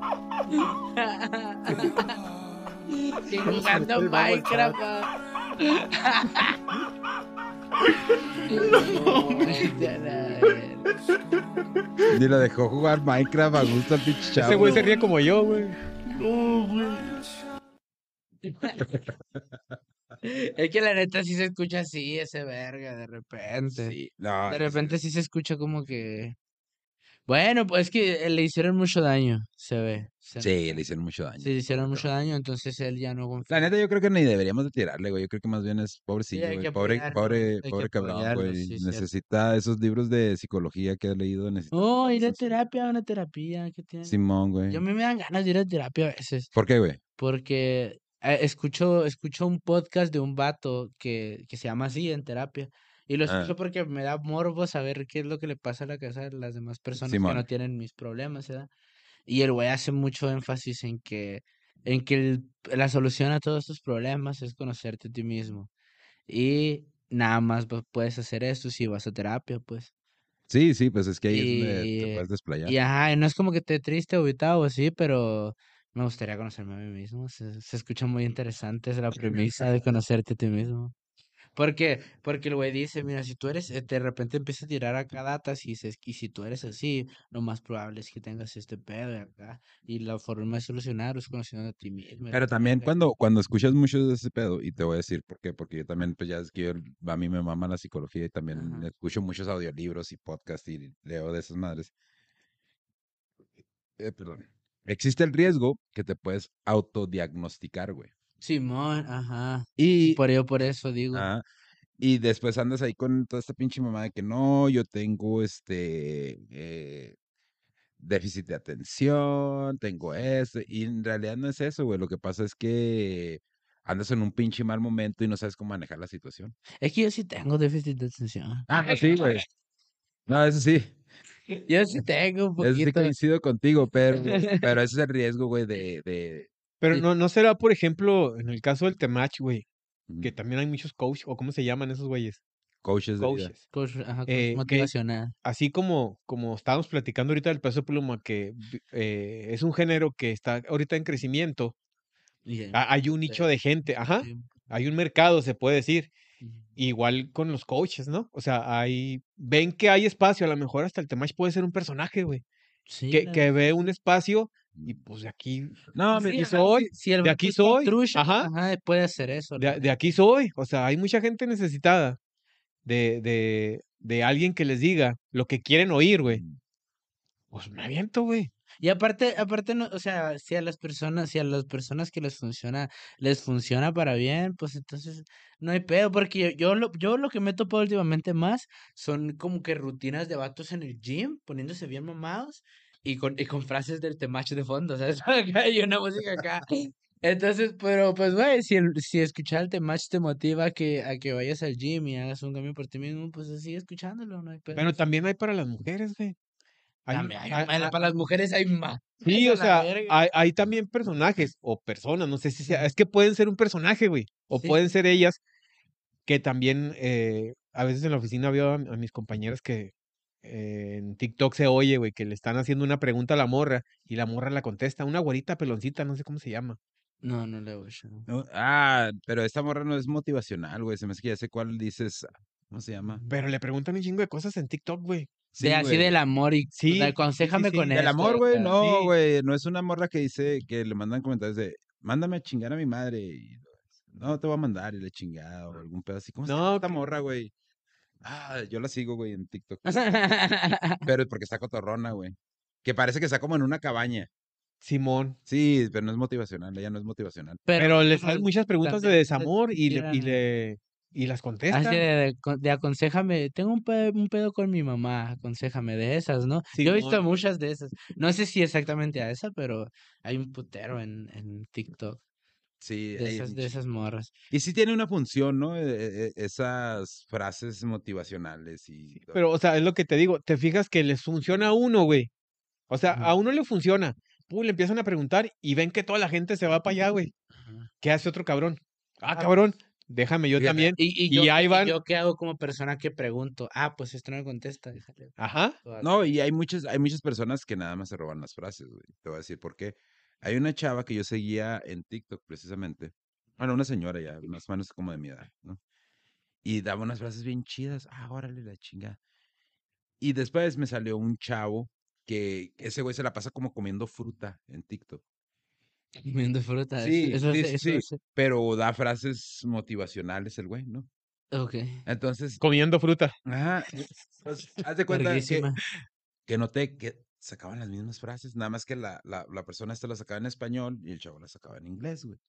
Estoy jugando Minecraft. Ni la dejó jugar Minecraft a gusto al pinche chavo. Ese güey se ríe como yo, güey. Es que la neta sí se escucha así, ese verga, de repente. Sí, no, De repente sí se escucha como que... Bueno, pues es que le hicieron mucho daño, se ve. sí, le hicieron mucho daño. Sí, le hicieron mucho daño, entonces él ya no confía. La neta, yo creo que ni deberíamos de tirarle, güey. Yo creo que más bien es pobrecillo, hay güey. que Pobre, apoyarlo, pobre, hay que pobre cabrón, apoyarlo, güey. sí, cierto. Necesita esos libros de psicología que ha leído. Necesita Oh, ir a esos- terapia, una terapia, ¿qué tiene? Simón, güey. Yo a mí me dan ganas de ir a terapia a veces, ¿Por qué, güey? porque escucho un podcast de un vato que se llama así, en terapia, y lo Ah. escucho porque me da morbo saber qué es lo que le pasa a la cabeza de las demás personas que Simón. no tienen mis problemas, ¿verdad? Y el güey hace mucho énfasis en que la solución a todos tus problemas es conocerte a ti mismo. Y nada más puedes hacer eso si vas a terapia, pues. Sí, sí, pues es que ahí es donde te Y, puedes desplayar. y ajá, y no es como que esté triste o aguitado o así, pero me gustaría conocerme a mí mismo. Se escucha muy interesante, es la premisa de conocerte a ti mismo. Porque el güey dice, mira, si tú eres, de repente empieza a tirar acá datas y si tú eres así, lo más probable es que tengas este pedo de acá. Y la forma de solucionarlo es conociendo a ti mismo. Pero también cuando escuchas mucho de ese pedo, y te voy a decir por qué, porque yo también, pues ya es que a mí me mama la psicología y también Ajá. escucho muchos audiolibros y podcasts y leo de esas madres. Perdón. Existe el riesgo que te puedes autodiagnosticar, güey. Simón, ajá. Y, Por eso digo. ah, y después andas ahí con toda esta pinche mamá de que no, yo tengo déficit de atención, tengo esto, y en realidad no es eso, güey. Lo que pasa es que andas en un pinche mal momento y no sabes cómo manejar la situación. Es que yo sí tengo déficit de atención. Ah, no, sí, güey. No, eso sí, Yo sí tengo un eso sí poquito. coincido contigo, pero ese es el riesgo, güey, de... Pero Sí. no será, por ejemplo, en el caso del Temach, güey, que Ujú. también hay muchos coaches, o cómo se llaman esos güeyes, Coaches de vida. coaches. Coach Que motivacional. así como estábamos platicando ahorita del Peso Pluma, que es un género que está ahorita en crecimiento, Y, hay un nicho de gente, ajá, sí. hay un mercado, se puede decir. Ujú. Igual con los coaches, ¿no? O sea, ven que hay espacio, a lo mejor hasta el Temach puede ser un personaje, güey, Sí, que ve un espacio y Mm. pues de aquí, No, sí, aquí ajá, soy, si el de vato aquí es bien soy, trucha, ajá, ajá, puede hacer eso. la de aquí soy. O sea, hay mucha gente necesitada de alguien que les diga lo que quieren oír, güey. Mm. Pues me aviento, güey. Y aparte no, o sea, si a las personas que les funciona para bien, pues entonces no hay pedo, porque yo lo que me he topado últimamente más son como que rutinas de vatos en el gym, poniéndose bien mamados y con frases del Temach de fondo, ¿sabes? Acá hay una música acá. Entonces, pero pues güey, si escuchar el Temach te motiva a que vayas al gym y hagas un cambio por ti mismo, pues sigue escuchándolo, no hay pedo. Pero también hay para las mujeres, güey. También para las mujeres hay más. Sí, o A la sea, verga. hay también personajes o personas, no sé si sea, es que pueden ser un personaje, güey, o Sí, pueden sí. ser ellas que también, a veces en la oficina veo a mis compañeras que en TikTok se oye, güey, que le están haciendo una pregunta a la morra y la morra la contesta, una güerita peloncita, no sé cómo se llama. No, no le gusta. No, pero esta morra no es motivacional, güey. Se me hace que ya sé cuál dices. ¿Cómo se llama? Pero le preguntan un chingo de cosas en TikTok, güey. Sí, Así güey. del amor y Sí, sí, aconsejame sí. con Del esto. amor, güey, acá. no, Sí. güey. No es una morra que dice que le mandan comentarios de mándame a chingar a mi madre. Y, no, te voy a mandar y le chingada o algún pedo así. ¿Cómo se llama No, esta morra, güey? Yo la sigo, güey, en TikTok. Pero es porque está cotorrona, güey. Que parece que está como en una cabaña. Simón. Sí, pero no es motivacional. Ella no es motivacional. Pero le pues, salen muchas preguntas de también desamor y tira- y las Así contesta. de aconséjame, tengo un pedo con mi mamá, aconséjame de esas, ¿no? Yo he visto Simón. muchas de esas. No sé si exactamente a esa, pero hay un putero en TikTok Sí, de hay un esas chingo. morras. Y sí tiene una función, ¿no? Esas frases motivacionales y todo. Pero, o sea, es lo que te digo, te fijas que les funciona a uno, güey. O sea, a uno le funciona. Le empiezan a preguntar y ven que toda la gente se va para allá, güey. Ajá. ¿Qué hace otro cabrón? Ah, Cabrón, pues, déjame yo Fíjate. también. Y Y ahí van. yo qué hago como persona que pregunto, pues esto no me contesta, déjale. Ajá. No, y hay muchas personas que nada más se roban las frases, güey. Te voy a decir por qué. Hay una chava que yo seguía en TikTok precisamente. Bueno, una señora ya, más o menos como de mi edad, ¿no? Y daba unas frases bien chidas. Órale, la chinga. Y después me salió un chavo que ese güey se la pasa como comiendo fruta en TikTok. Comiendo fruta, Sí, sí, sí, eso sí. hace. Pero da frases motivacionales el güey, ¿no? Ok, Entonces, Comiendo fruta. ajá, pues, haz de cuenta verguísima. que noté que sacaban las mismas frases, nada más que la persona esta la sacaba en español y el chavo la sacaba en inglés, güey.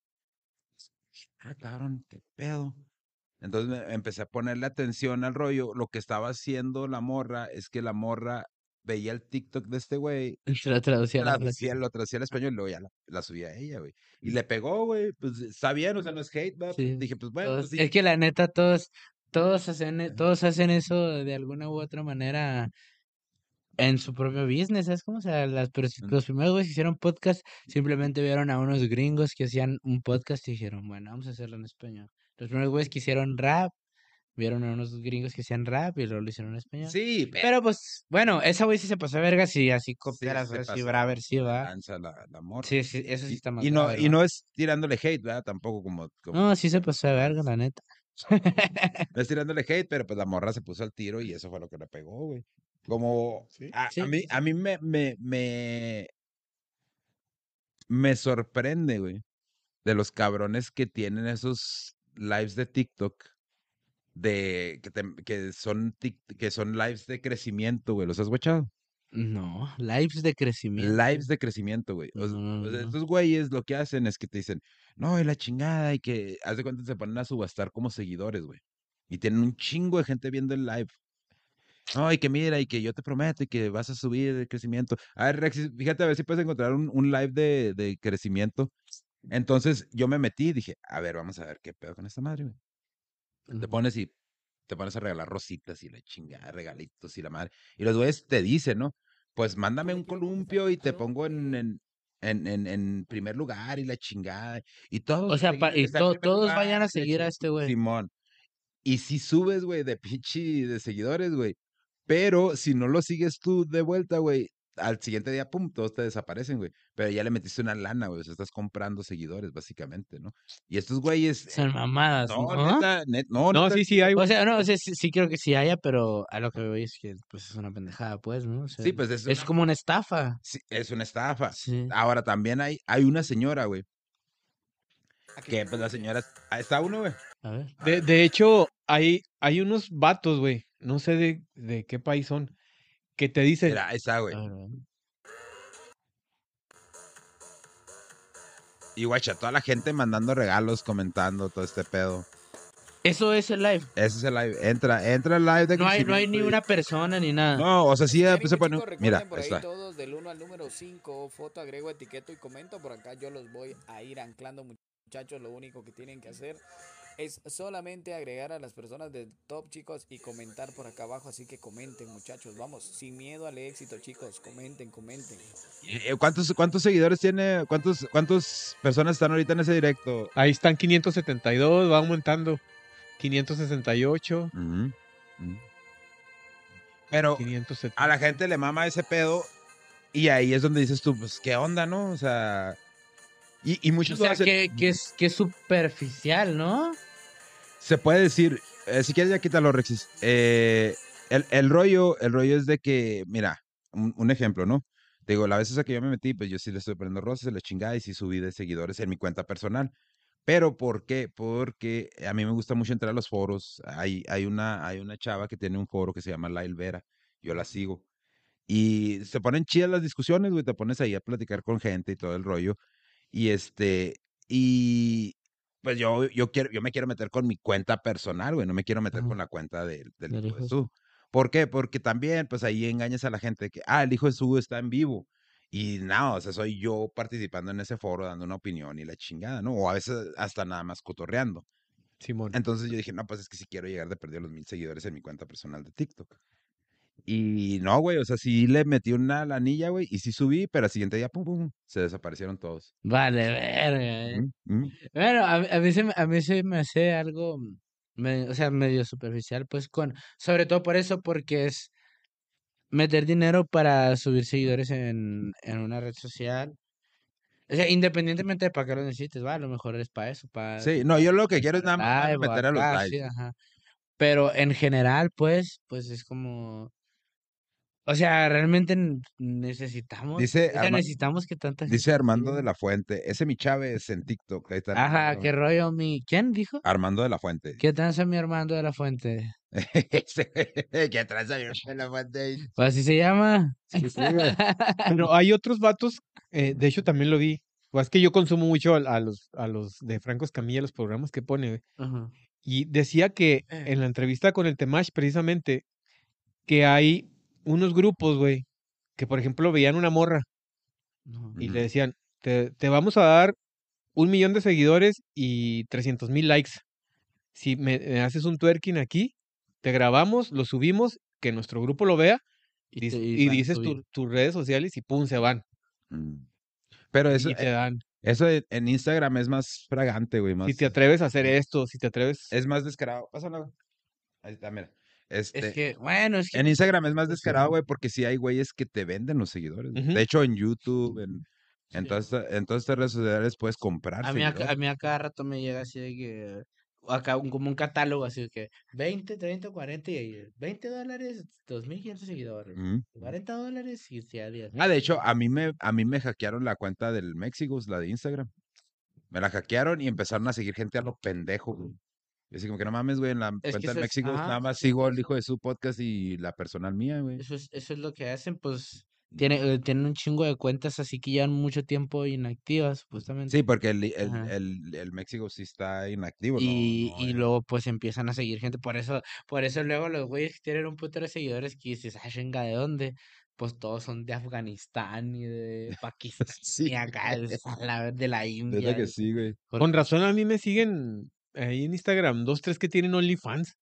Cabrón, qué pedo. Entonces empecé a ponerle atención al rollo. Lo que estaba haciendo la morra es que la morra veía el TikTok de este güey, Se la traducía a la frase. lo traducía al español y luego ya la subía a ella, güey. Y le pegó, güey. Pues está bien, o sea, no es hate, ¿verdad? Pues, Sí, dije, pues bueno, pues sí. es que la neta todos hacen eso de alguna u otra manera en su propio business, ¿sabes cómo? O sea, los primeros güeyes que hicieron podcast simplemente vieron a unos gringos que hacían un podcast y dijeron, bueno, vamos a hacerlo en español. Los primeros güeyes que hicieron rap vieron a unos gringos que hacían rap y luego lo hicieron en español. Sí, Pero pues, bueno, esa güey sí se pasó de vergas y así sí, copiar las se así pasó braver, sí de va. lanza la morra. Sí, sí, eso sí está más Y grave, y ¿va? no es tirándole hate, ¿verdad? Tampoco como No, sí se hicieron los pasó de verga, cabrones. la neta. No es tirándole hate, pero pues la morra se puso al tiro y eso fue lo que le pegó, güey. Como Sí. a mí me sorprende, güey, de los cabrones que tienen esos lives de TikTok que son lives de crecimiento, güey. ¿Los has watchado? No, lives de crecimiento. Lives de crecimiento, güey. No, no, O sea, no. estos güeyes lo que hacen es que te dicen, no, y la chingada, y que, haz de cuenta, se ponen a subastar como seguidores, güey. Y tienen un chingo de gente viendo el live. No, y que mira, y que yo te prometo, y que vas a subir de crecimiento. A ver, Rex, fíjate a ver si puedes encontrar un live de crecimiento. Entonces yo me metí y dije, a ver, vamos a ver qué pedo con esta madre, güey. Te pones y te pones a regalar rositas y la chingada, regalitos y la madre. Y los güeyes te dicen, ¿no? Pues mándame un columpio y te pongo en primer lugar y la chingada. Y todos O sea, el que está en primer todos lugar, vayan a y la seguir a este güey. Simón. Y si subes, güey, de pichi de seguidores, güey. Pero si no lo sigues tú de vuelta, güey, al siguiente día, pum, todos te desaparecen, güey. Pero ya le metiste una lana, güey. O sea, estás comprando seguidores, básicamente, ¿no? Y estos güeyes, Son mamadas, no, ¿no? no, No, neta, sí hay, O güey. sea, no, o sea, sí creo que sí haya, pero a lo que voy es que pues es una pendejada, pues, ¿no? O sea, sí, pues es como una estafa. sí, es una estafa. Sí. Ahora también hay una señora, güey, que pues la señora, ahí está uno, güey. A ver. De hecho, hay unos vatos, güey. No sé de qué país son. Que te dicen, Mira, ahí está, güey. A ver. Y guacha, toda la gente mandando regalos, comentando todo este pedo. Eso es el live. Ese es el live. Entra al live de No hay ni crecimiento y- una persona ni nada. No, o sea, sí, Si pues se pone. chicos, Mira, recuerden por ahí ahí está. todos del 1 al número 5, foto, agrego, etiqueto y comento. Por acá yo los voy a ir anclando, muchachos. Lo único que tienen que hacer es solamente agregar a las personas del top, chicos, y comentar por acá abajo. Así que comenten, muchachos. Vamos, sin miedo al éxito, chicos. Comenten. ¿Cuántos seguidores tiene? ¿Cuántas personas están ahorita en ese directo? ahí están 572, va aumentando. 568, Ujú, ujú. Pero 570. a la gente le mama ese pedo y ahí es donde dices tú, pues, ¿qué onda, no? O sea, y O muchos lo sea, hacen. que es superficial, ¿no? Se puede decir, si quieres ya quítalo, Rexis. El rollo es de que, mira, un ejemplo, ¿no? Digo, la vez esa que yo me metí, pues yo sí le estoy poniendo rosas, la chingada, y sí subí de seguidores en mi cuenta personal. Pero ¿por qué? Porque a mí me gusta mucho entrar a los foros. Hay una chava que tiene un foro que se llama La Elvera. Yo la sigo. Y se ponen chidas las discusiones, güey. Te pones ahí a platicar con gente y todo el rollo. Y y pues yo me quiero meter con mi cuenta personal, güey, no me quiero meter Ajá. con la cuenta del Del hijo hijo de de Su. ¿Por qué? Porque también, pues ahí engañas a la gente que, el hijo de Su está en vivo. Y no, o sea, soy yo participando en ese foro, dando una opinión y la chingada, ¿no? O a veces hasta nada más cotorreando. Simón. Entonces yo dije, no, pues es que si quiero llegar de perder los 1000 seguidores en mi cuenta personal de TikTok. Y no, güey, o sea, sí le metí una lanilla, güey, y sí subí, pero al siguiente día, pum, pum, se desaparecieron todos. Vale, verga. Bueno, a mí se me hace algo, o sea, medio superficial, pues, sobre todo por eso, porque es meter dinero para subir seguidores en una red social. O sea, independientemente de para qué lo necesites, va, a lo mejor es para eso, para Sí, no, yo lo que quiero es nada más darle live o meter a los acá, lives, sí, güey. ajá. Pero en general, pues es como, o sea, realmente necesitamos, Dice, o sea, necesitamos que tanta gente dice nos Armando siga. de la Fuente, ese mi Chávez en TikTok, ahí está Ajá, qué Armando, rollo, ¿quién dijo? Armando de la Fuente. ¿Qué tranza mi Armando de la Fuente? ¿Qué traes a mi de la Fuente? Pues así se llama. Sí, sí, güey. Pero hay otros vatos, de hecho también lo vi. Pues es que yo consumo mucho a los de Franco Escamilla, los programas que pone, güey. Ajá. Y decía que en la entrevista con el Temash, precisamente, que hay unos grupos, güey, que por ejemplo veían una morra Ajá. y le decían, te vamos a dar 1 millón de seguidores y 300,000 likes. Si me haces un twerking aquí, te grabamos, lo subimos, que nuestro grupo lo vea y Van a dices subir. tus redes sociales y pum, se van. Mm. Pero eso, Y te dan. eso en Instagram es más fragante, güey, Si más, te atreves a hacer esto, si te atreves. es más descarado. Pásalo. Ahí está, mira. Es que, bueno, es que En Instagram es más pues, descarado, güey, porque sí hay güeyes que te venden los seguidores, güey. Ujú. De hecho, en YouTube, en sí. en todas estas redes sociales puedes comprar A seguidores. mí a cada rato me llega así de que, acá como un catálogo así de que 20, 30, 40 y ahí, $20, 2,500 seguidores, Ujú. $40 y si a 10. De hecho, a mí me hackearon la cuenta del Mexicus, la de Instagram. Me la hackearon y empezaron a seguir gente a lo pendejo, güey. Y así como que no mames, güey, en la Es que cuenta del eso es, Mexicus ajá, nada más sí, sigo por al hijo eso. de su podcast y la personal mía, güey. Eso es lo que hacen, pues, tienen un chingo de cuentas así que llevan mucho tiempo inactivas, Sí, supuestamente. porque Ajá. el México sí está inactivo, Y luego pues empiezan a seguir gente. Por eso luego los güeyes que tienen un putero de seguidores que dices, chinga, ¿de dónde? Pues todos son de Afganistán y de Pakistán Sí, y acá de la neta India. que sí, güey. Con razón a mí me siguen ahí en Instagram 2, 3 que tienen OnlyFans.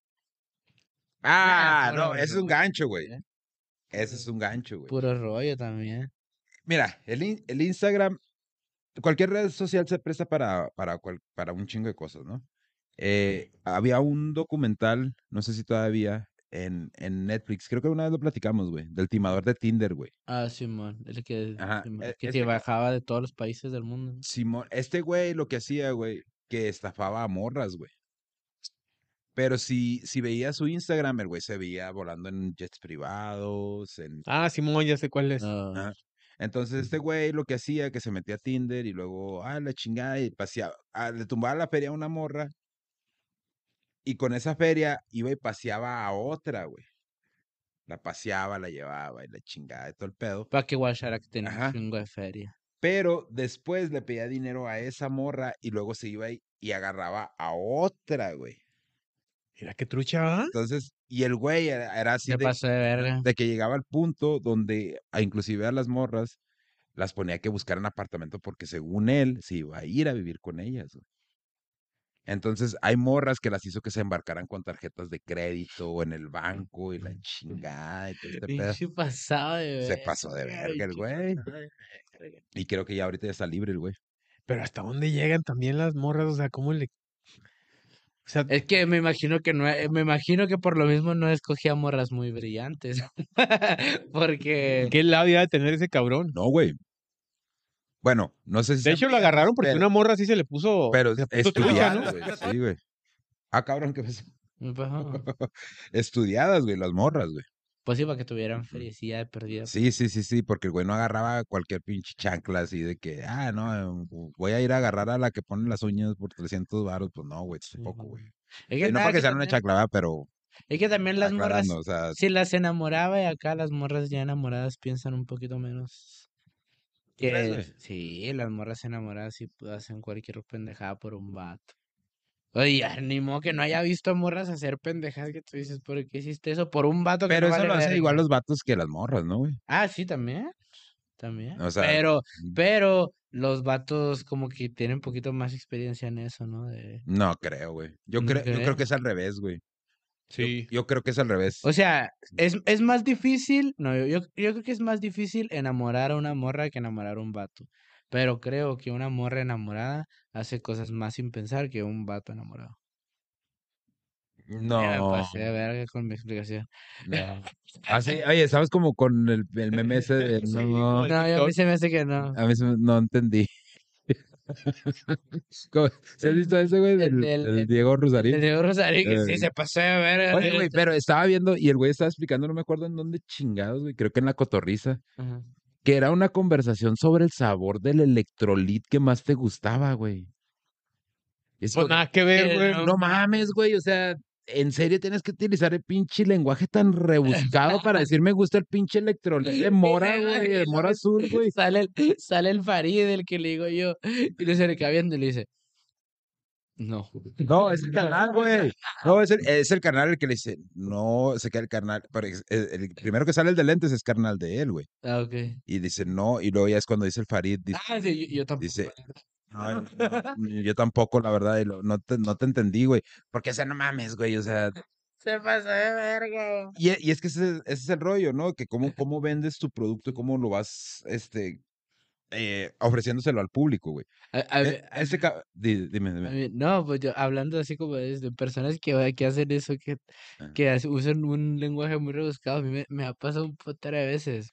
No, Puro ese es un gancho, güey. rollo, Ese es un gancho, güey. puro rollo también. Mira, el Instagram, cualquier red social se presta para un chingo de cosas, ¿no? Había un documental, no sé si todavía, en Netflix, creo que una vez lo platicamos, güey, del timador de Tinder, güey. Ah, Simón, el que, Ajá. Simón, que te bajaba de todos los países del mundo. Simón, este güey lo que hacía, güey, que estafaba a morras, güey. Pero si veía su Instagram, el güey se veía volando en jets privados, Ah, Simón, ya sé cuál es. Ah, ajá. Entonces este güey lo que hacía, que se metía a Tinder y luego, la chingada, y paseaba, le tumbaba la feria a una morra, y con esa feria iba y paseaba a otra, güey. La paseaba, la llevaba y la chingada y todo el pedo. para que guachara que tenía un Ajá. chingo de feria. Pero después le pedía dinero a esa morra y luego se iba y agarraba a otra, güey. Mira qué trucha, ¿va? Entonces, y el güey era así Se pasó de verga. de que llegaba al punto donde inclusive a las morras las ponía que buscar un apartamento porque según él se iba a ir a vivir con ellas, güey. Entonces hay morras que las hizo que se embarcaran con tarjetas de crédito o en el banco y la chingada y todo este pedo. Pinche pasado de Se verga. pasó de verga el Pinche güey. pasado de verga. Y creo que ya ahorita ya está libre el güey. Pero hasta dónde llegan también las morras, o sea, cómo le. O sea, Es que me imagino que no, me imagino que por lo mismo no escogía morras muy brillantes. Porque ¿qué labia de tener ese cabrón? No, güey. Bueno, no sé si De sean hecho, lo brillantes, agarraron porque pero, una morra sí se le puso trucha, ¿no? estudiadas, güey. Sí, güey. Cabrón, ¿qué pasó? ajá, Estudiadas, güey, las morras, güey. pues sí, para que tuvieran feriecilla de perdida. Sí, porque el güey no agarraba cualquier pinche chancla así de que, no, voy a ir a agarrar a la que pone las uñas por 300 varos. Pues no, güey, tampoco, güey. Es Sí, que, no ah, porque que sean una también, chancla, ¿verdad? Pero es que también las aclarando, morras, o sea, si las enamoraba y acá las morras ya enamoradas piensan un poquito menos. ¿tú crees, Que güey? sí, las morras enamoradas sí hacen cualquier pendejada por un vato. Oye, ni modo que no haya visto a morras hacer pendejadas que tú dices, ¿por qué hiciste eso? Por un vato que Pero no eso vale lo hacen igual verga. los vatos que las morras, ¿no, güey? Ah, sí, también. O sea, Pero los vatos como que tienen un poquito más experiencia en eso, ¿no? no creo, güey. Yo ¿No creo que crees? es al revés, güey. Sí. Yo creo que es al revés. O sea, es más difícil, no, yo creo que es más difícil enamorar a una morra que enamorar a un vato. Pero creo que una morra enamorada hace cosas más sin pensar que un vato enamorado. Ya me No, pasé de verga con mi explicación. no. Así, oye, ¿sabes como con el meme ese de Sí, no? como el No, a mí TikTok. se me hace que no. A mí no entendí. ¿Sí has visto ese, güey, El del Diego el de Rosarín? Diego Rosario, que sí Eh, se pasó de verga. Oye, güey, pero estaba viendo y el güey estaba explicando, no me acuerdo en dónde chingados, güey, creo que en La Cotorriza, Ajá. que era una conversación sobre el sabor del electrolit que más te gustaba, güey. Y es Pues como que, nada que ver, Que güey. no, no mames, güey, o sea, ¿en serio tienes que utilizar el pinche lenguaje tan rebuscado para decir me gusta el pinche electrolit de mora, güey, de mora azul, güey? sale el Farid, el que le digo yo, y le se le queda viendo y le dice, no. No, es el carnal, güey. No, es el carnal el que le dice, no, se queda el carnal. Pero el primero que sale el de lentes es carnal de él, güey. Ah, ok. Y dice, no, y luego ya es cuando dice el Farid, Ah, sí, yo tampoco. dice, no, yo tampoco, la verdad, y no te entendí, güey. Porque, o sea, no mames, güey, o sea, Se pasó de verga. y es que ese es el rollo, ¿no? Que cómo vendes tu producto y cómo lo vas, ofreciéndoselo al público, güey. A ver, Dime. no, pues yo hablando así como de personas que hacen eso, Ah. que usan un lenguaje muy rebuscado, a mí me ha pasado un putero de veces.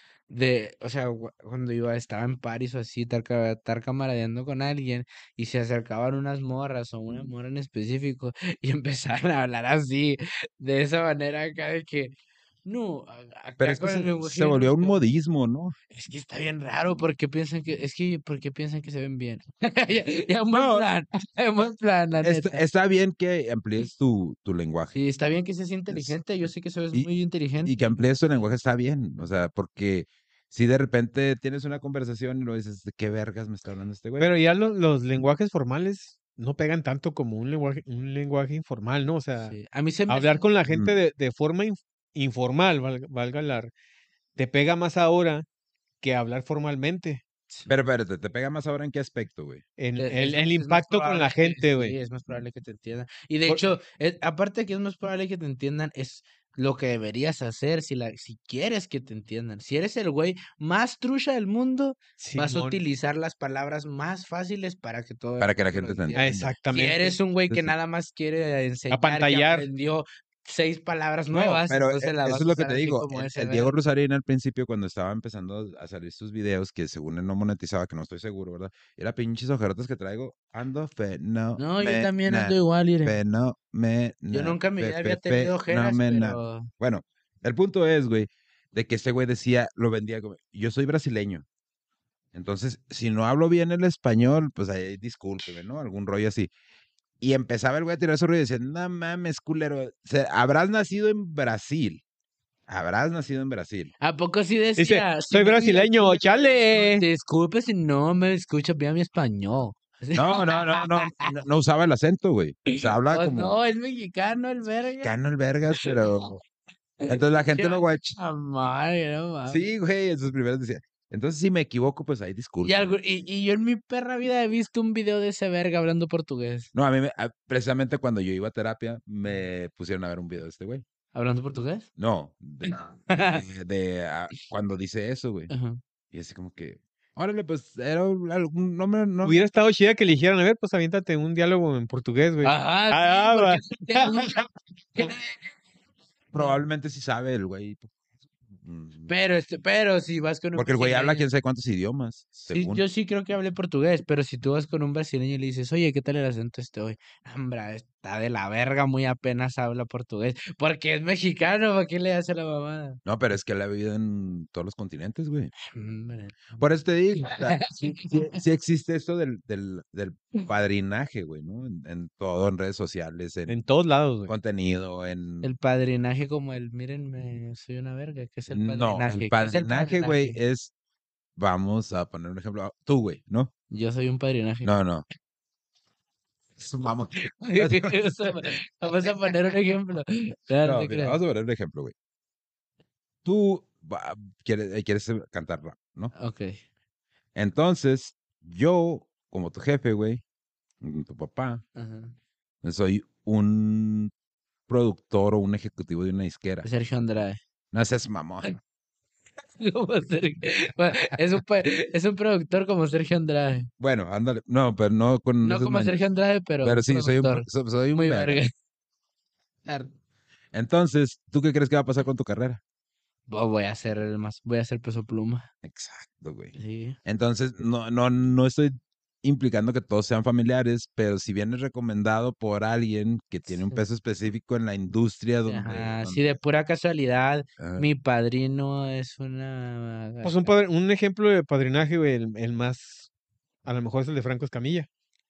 O sea, cuando yo estaba en París o así, estar camaradeando con alguien y se acercaban unas morras o una morra en específico y empezaron a hablar así, de esa manera acá de que, no, Pero acá es que con el se lenguaje volvió un rebuscado. modismo, ¿no? Es que está bien raro porque porque piensan que se ven bien. Ya un buen No, plan, un buen plan, la neta. está bien que amplíes tu lenguaje. Sí, está bien que seas Es- inteligente, yo sé que sos y, muy y que inteligente. amplíes tu lenguaje está bien. O sea, porque si de repente tienes una conversación y lo dices, ¿de qué vergas me está hablando este güey? Pero ya los lenguajes formales no pegan tanto como un lenguaje informal, ¿no? O sea, Sí. A mí se me hace... hablar con la Mm. gente de forma informal, valga te pega más ahora que hablar formalmente. Pero espérate, ¿te pega más ahora en qué aspecto, güey? El Es más impacto con la probable que, gente, sí, güey. es más probable que te entiendan. Y de Por- hecho, aparte de que es más probable que te entiendan, es lo que deberías hacer si quieres que te entiendan. Si eres el güey más trucha del mundo, vas a Simón. utilizar las palabras más fáciles para que todo el Para que la mundo lo gente te entienda. Ah, entienda. Si exactamente. eres un güey que Entonces, nada más quiere enseñar que Apantallar. aprendió 6 palabras no, nuevas, pero entonces las eso vas es a lo que usar te así digo. como ese El Diego verga. Rosarín al principio, cuando estaba empezando a salir sus videos, que según él no monetizaba, que no estoy seguro, ¿verdad? Era pinches ojerotas que traigo. Ando No, yo también ando igual, Ire. Yo nunca en mi vida había tenido ojeras, fenomenal. pero... Bueno, el punto es, güey, de que este güey decía, lo vendía como, yo soy brasileño. Entonces, si no hablo bien el español, pues ahí discúlpeme, ¿no? Algún rollo así. Y empezaba el güey a tirar su rollo y decía, no mames, culero, habrás nacido en Brasil. Habrás nacido en Brasil. ¿A poco sí Dice, decía? Si soy no me brasileño, chale. disculpe si no me escucha bien mi español. No usaba el acento, güey. O sea, habla Oh, como no, es mexicano el verga. mexicano el vergas, pero entonces la gente lo guacha. Madre, no mames. Sí, güey, en sus primeros decía. Entonces, si me equivoco, pues ahí Y, disculpa. y yo en mi perra vida he visto un video de ese verga hablando portugués. No, precisamente cuando yo iba a terapia, me pusieron a ver un video de este güey. ¿Hablando portugués? No, cuando dice eso, güey. Ajá. Y así como que, órale, pues era algún nombre, no. Hubiera estado chida que le dijeran, a ver, pues aviéntate un diálogo en portugués, güey. Ajá, Ah, sí, va. porque Probablemente sí sabe el güey. pero si vas con un Porque el güey habla brasileño. quién sabe cuántos idiomas, Sí, según. yo sí creo que hablé portugués, pero si tú vas con un brasileño y le dices, oye, ¿qué tal el acento este hoy? Hombre, está de la verga, muy apenas habla portugués, porque es mexicano, ¿para qué le hace la mamada? No, pero es que él ha vivido en todos los continentes, güey. Hombre. Por eso te digo, o sea, sí existe esto del padrinaje, güey, ¿no? En todo, en redes sociales, en En todos lados, güey. contenido, El padrinaje como el, mírenme, soy una verga, ¿qué es el No, padrinaje? el ¿Qué es el padrinaje, güey, padrinaje? es, vamos a poner un ejemplo, tú, güey, ¿no? Yo soy un padrinaje. No. Vamos. Vamos a poner un ejemplo. Claro, No, te mira, creo. vamos a poner un ejemplo, güey. Tú quieres cantar rap, ¿no? Ok. Entonces, yo, como tu jefe, güey, tu papá, Ajá. soy un productor o un ejecutivo de una disquera. Sergio Andrade. No seas mamón. Como Bueno, es un productor como Sergio Andrade. Bueno, ándale. No, pero no con No esas como Sergio mañas. Andrade, pero Pero un sí, productor. soy un Muy verga. verga. Claro. Entonces, ¿tú qué crees que va a pasar con tu carrera? Voy a hacer Peso Pluma. Exacto, güey. Sí. Entonces, no estoy implicando que todos sean familiares, pero si vienes recomendado por alguien que tiene un Sí. peso específico en la industria Ajá, sí, de pura casualidad, ah, mi padrino es una... Pues un ejemplo de padrinaje, güey, el más, a lo mejor es el de Franco Escamilla,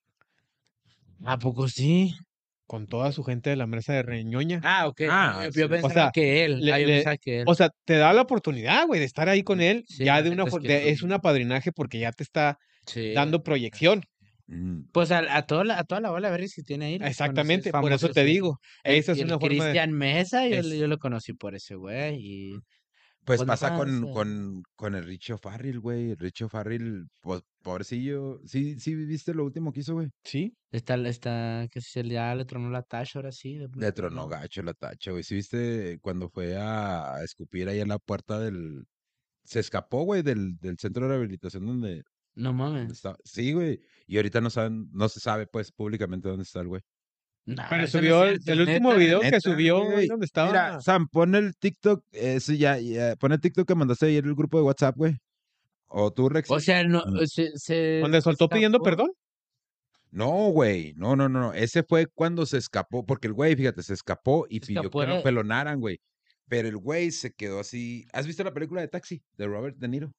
¿A poco sí? con toda su gente de la mesa de Reñoña. Ah, ok. Yo sí. O pensaba sea, que él. le- Yo le- pensaba que él. o sea, te da la oportunidad, güey, de estar ahí con él, Sí, ya la de una neta es que es sí. un apadrinaje porque ya te está Sí. dando proyección. Pues a toda la bola verdes que tiene ahí. los Exactamente, conoces, por eso famosos, te sí. digo, esa es El una forma de... Cristian Mesa, es- yo lo conocí por ese güey. Y Pues pues pasa nada, o sea, con el Richie O'Farrill, güey. El Richie O'Farrill, pues, pobrecillo. Sí, sí, ¿viste lo último que hizo, güey? Sí, está, que se ya le tronó la tacha ahora sí. Le tronó gacho la tacha, güey. ¿Sí viste cuando fue a escupir ahí en la puerta del... Se escapó, güey, del centro de rehabilitación donde No mames. estaba. Sí, güey. Y ahorita no se sabe, pues, públicamente dónde está el güey. No, pero eso no subió es cierto, el último neta. video que Neta, subió güey. donde Mira, estaba... Sam, pon el TikTok, ese pon el TikTok que mandaste ayer en el grupo de WhatsApp, güey. O tú, Rexy. O sea, no, Mm. Donde soltó pidiendo escapó. perdón. No, güey. No. Ese fue cuando se escapó, porque el güey, fíjate, se escapó y Se pidió escapó que lo de- pelonaran, güey. Pero el güey se quedó así. ¿Has visto la película de Taxi, de Robert De Niro?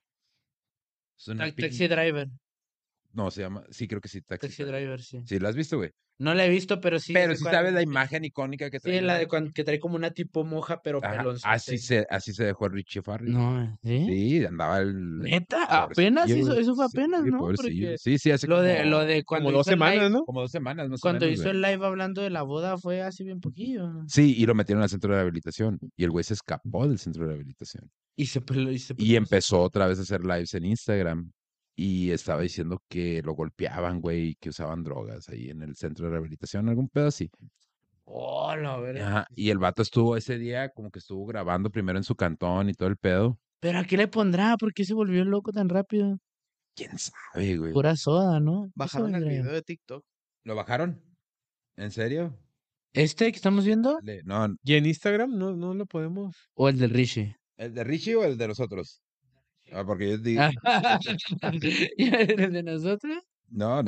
Es una Taxi Driver. No, se llama. Sí, creo que sí, Taxi. Taxi Driver, sí. Sí, ¿la has visto, güey? No la he visto, pero sí. Pero sé sí cuál sabes es. la imagen icónica que trae. Sí, el la de vato. que trae como una tipo moja, pero Ajá, peloncita. así se dejó Richie Farrell. No, ¿sí? Sí, andaba el. Neta, pobrecillo, apenas güey. eso fue Sí, apenas, ¿no? pobrecillo. Porque Sí, hace lo como, de cuando Como 2 hizo el semanas, live, ¿no? como 2 semanas, más o cuando menos, hizo güey. el live hablando de la boda fue así bien poquillo. Sí, y lo metieron al centro de rehabilitación. Y el güey se escapó del centro de rehabilitación. Y se peló, Y empezó otra vez a hacer lives en Instagram. Y estaba diciendo que lo golpeaban, güey, que usaban drogas ahí en el centro de rehabilitación, algún pedo así. Oh, la verdad. Ajá, y el vato estuvo ese día como que estuvo grabando primero en su cantón y todo el pedo. Pero ¿a qué le pondrá? ¿Por qué se volvió loco tan rápido? ¿Quién sabe, güey? Pura soda, ¿no? Bajaron el Eso, video de TikTok. ¿Lo bajaron? ¿En serio? ¿Este que estamos viendo? No, Y en Instagram no lo podemos... ¿O el del Richie? ¿el de Richie o el de los otros? Ah, porque yo digo... ¿Y el de nosotros? No,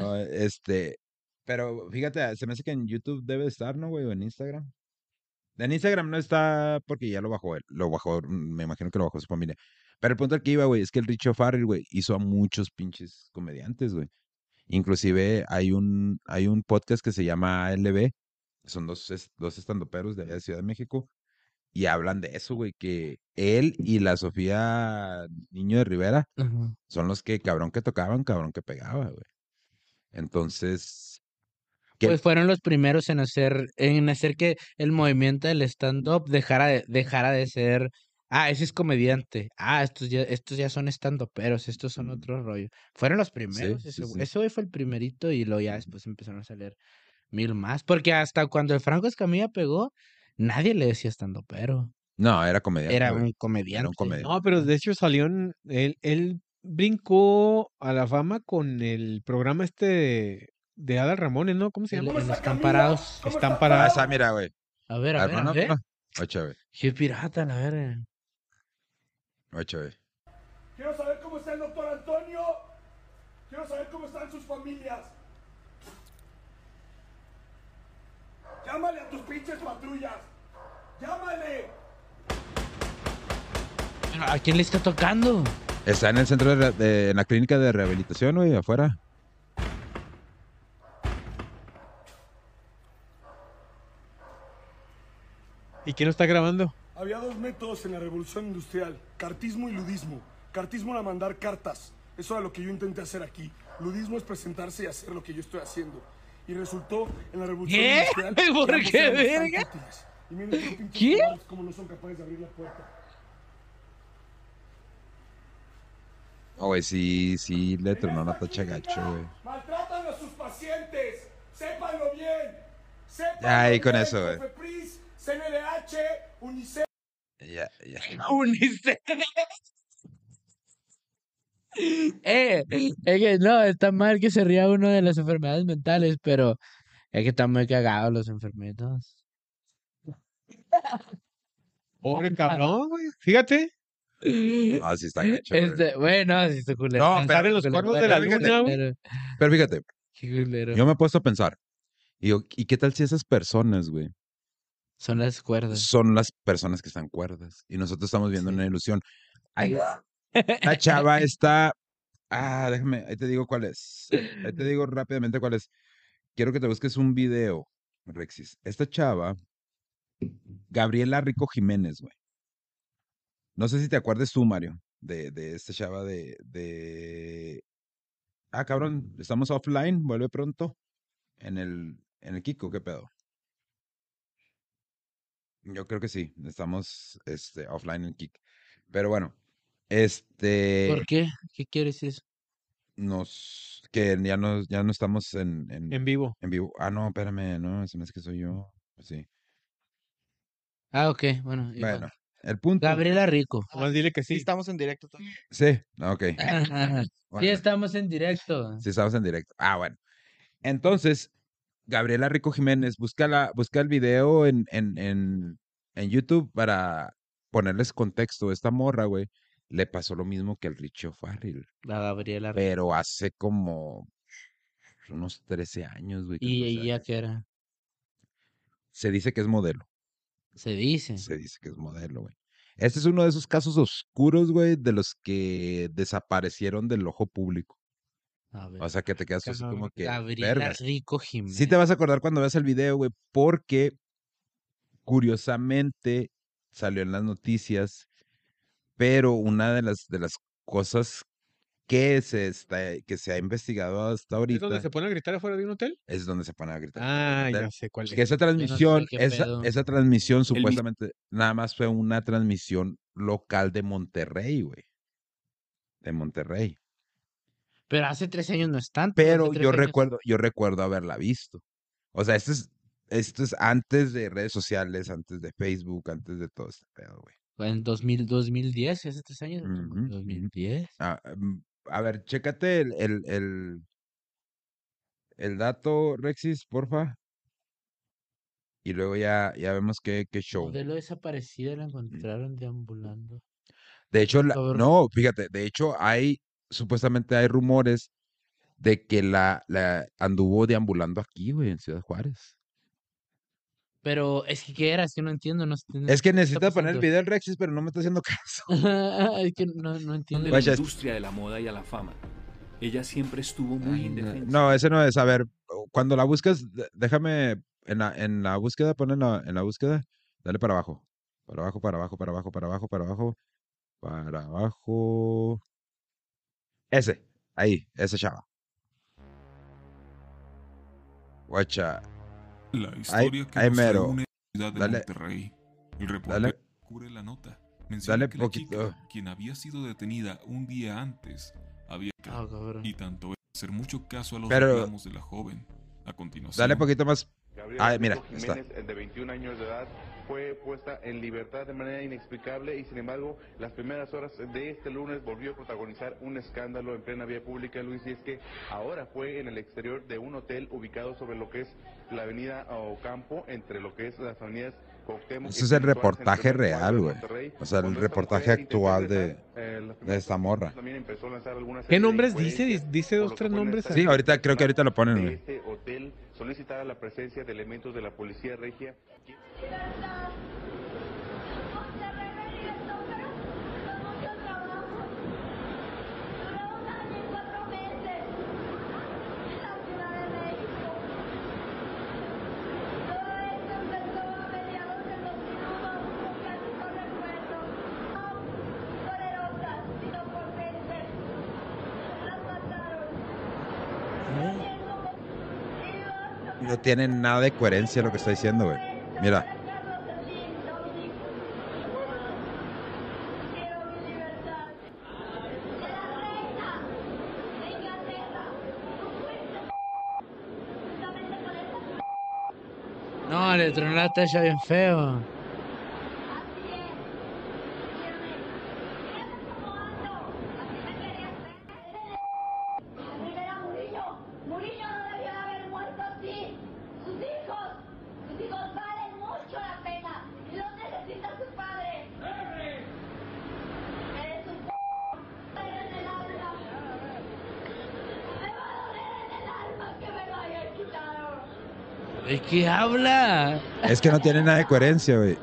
pero fíjate, se me hace que en YouTube debe estar, ¿no, güey? O en Instagram. En Instagram no está porque ya lo bajó él. Lo bajó, me imagino que lo bajó su familia. Pero el punto al que iba, güey, es que el Richie O'Farrell, güey, hizo a muchos pinches comediantes, güey. Inclusive hay un podcast que se llama ALB. Son dos estandoperos de allá de Ciudad de México. Y hablan de eso, güey, que él y la Sofía Niño de Rivera Ajá. son los que cabrón que tocaban, cabrón que pegaba, güey. Entonces, Pues fueron los primeros en hacer que el movimiento del stand-up dejara de ser, ese es comediante, estos ya son stand-uperos, estos son otro rollo. Fueron los primeros, sí, ese sí. ese fue el primerito y luego ya después empezaron a salir 1000 más, porque hasta cuando el Franco Escamilla pegó, nadie le decía stand-upero, no, era comediante, era güey. un Era comediante. un comediante. No, pero de hecho salió en... Él brincó a la fama con el programa de Adal Ramones, ¿no? ¿Cómo se llama? Están parados. Están Ah, parados. esa, mira, güey. A ver, a ver, a Hermano, ver. Ocha, güey. Qué pirata, la verga. Ocha, güey. Quiero saber cómo está el doctor Antonio. Quiero saber cómo están sus familias. Llámale a tus pinches patrullas. Llámale. Pero, ¿a quién le está tocando? Está en el centro en la clínica de rehabilitación, güey, afuera. ¿Y quién lo está grabando? Había dos métodos en la revolución industrial, cartismo y ludismo. Cartismo era mandar cartas, eso era lo que yo intenté hacer aquí. Ludismo es presentarse y hacer lo que yo estoy haciendo. Y resultó en la revolución ¿Qué? industrial. que ¿Por ambos qué, eran bastante verga? útiles. Y miren estos pinches ¿Qué? cobardes cómo no son capaces de abrir la puerta. No, güey, sí, le tronó una tacha gacho, güey. Maltratan a sus pacientes. Sépanlo bien. Sépanlo Ya, ahí con bien, eso, güey. COFEPRIS, CNDH, UNICEF. Ya. UNICEF. Es que no, está mal que se ría uno de las enfermedades mentales, pero es que están muy cagados los enfermitos. Pobre cabrón, güey. Fíjate. Ah, sí está gacho, güey. Bueno, si se culero. No, Lanzar en los culero, cuernos de la fíjate. luna, güey. Pero fíjate, Qué culero. yo me he puesto a pensar. Y digo, ¿y qué tal si esas personas, güey, Son las cuerdas. son las personas que están cuerdas? Y nosotros estamos viendo Sí. una ilusión. Ay, la chava está. Ah, déjame, ahí te digo cuál es. Ahí te digo rápidamente cuál es. Quiero que te busques un video, Rexis. Esta chava, Gabriela Rico Jiménez, güey. No sé si te acuerdas tú, Mario, de esta chava de. Ah, cabrón, estamos offline, vuelve pronto. En el Kiko, ¿qué pedo? Yo creo que sí, estamos offline en Kik. Pero bueno, ¿Por qué? ¿Qué quieres eso? que ya no estamos En vivo. en vivo. Ah, no, espérame, no, se me hace que soy yo. Sí. Ah, ok, bueno, igual. Bueno, el punto. Gabriela Rico. Nomás dile que sí. estamos en directo todavía. Sí, ok. Sí, Bueno, estamos en directo. sí estamos en directo. Ah, bueno. Entonces, Gabriela Rico Jiménez, busca el video en YouTube para ponerles contexto. Esta morra, güey, le pasó lo mismo que el Richie O'Farrill, La Gabriela Rico. pero hace como unos 13 años, güey. ¿Y 14 ella años. qué era? Se dice que es modelo. Se dice. Se dice que es modelo, güey. Este es uno de esos casos oscuros, güey, de los que desaparecieron del ojo público. A ver. O sea, que te quedas así como que, Gabriela vergas. Rico Jiménez. Sí te vas a acordar cuando veas el video, güey, porque curiosamente salió en las noticias, pero una de las cosas que se ha investigado hasta ¿Es donde ahorita se pone a gritar afuera de un hotel? es donde se pone a gritar. Ah, ya sé cuál Que es. esa Yo no sé transmisión, qué esa, pedo. esa transmisión supuestamente nada más fue una transmisión local de Monterrey, güey. De Monterrey. Pero hace 13 años no es tanto. hace Pero 13 yo años. recuerdo haberla visto. O sea, esto es antes de redes sociales, antes de Facebook, antes de todo este pedo, güey. Fue en 2010, hace 3 años. Ujú, ujú. 2010. A ver, chécate el dato, Rexis, porfa. Y luego ya vemos qué show. Modelo desaparecida la encontraron deambulando. De hecho, Cabrón. no, fíjate, de hecho supuestamente hay rumores de que la anduvo deambulando aquí, güey, en Ciudad Juárez. Pero es que, ¿qué era? Es que no entiendo. No, Es que ¿qué está necesitas poner el pasando? video del Rexis, pero no me está haciendo caso. Es que no entiendo. De la Guacha, industria de la moda y a la fama. Ella siempre estuvo muy indefensa. no, ese no es. A ver, cuando la buscas, déjame en la búsqueda, en la búsqueda, dale para abajo. Para abajo, para abajo, para abajo, para abajo, para abajo, para abajo. Ese, ahí, ese chava. Guacha. La Ahí, historia que ahí nos mero. reúne en la ciudad de Dale. Monterrey. El reportero Dale. cubre la nota. Menciona Dale que la poquito. chica, quien había sido detenida un día antes, había Ah, cabrón. y tanto es hacer mucho caso a los Pero- reclamos de la joven. A continuación, Dale poquito más. Gabriela Ah, mira, Rico está. Jiménez, de 21 años de edad, fue puesta en libertad de manera inexplicable y sin embargo las primeras horas de este lunes volvió a protagonizar un escándalo en plena vía pública, Luis, y es que ahora fue en el exterior de un hotel ubicado sobre lo que es la avenida Ocampo, entre lo que es las avenidas Cuauhtémoc. Ese es el reportaje real, güey. O sea, el reportaje actual de esta morra. ¿Qué nombres dice? ¿Dice 2, 3 nombres? Sí, creo que ahorita lo ponen, De güey. este hotel solicitar la presencia de elementos de la policía regia. No tiene nada de coherencia lo que está diciendo, güey. Mira. No, le tronó la tacha bien feo. Murillo no debió de haber muerto así. Sus hijos valen mucho la pena. Y los necesita su padre. Eres un en el alma. Me va a doler en el alma que me lo hayan quitado. ¿De qué habla? Es que no tiene nada de coherencia, güey.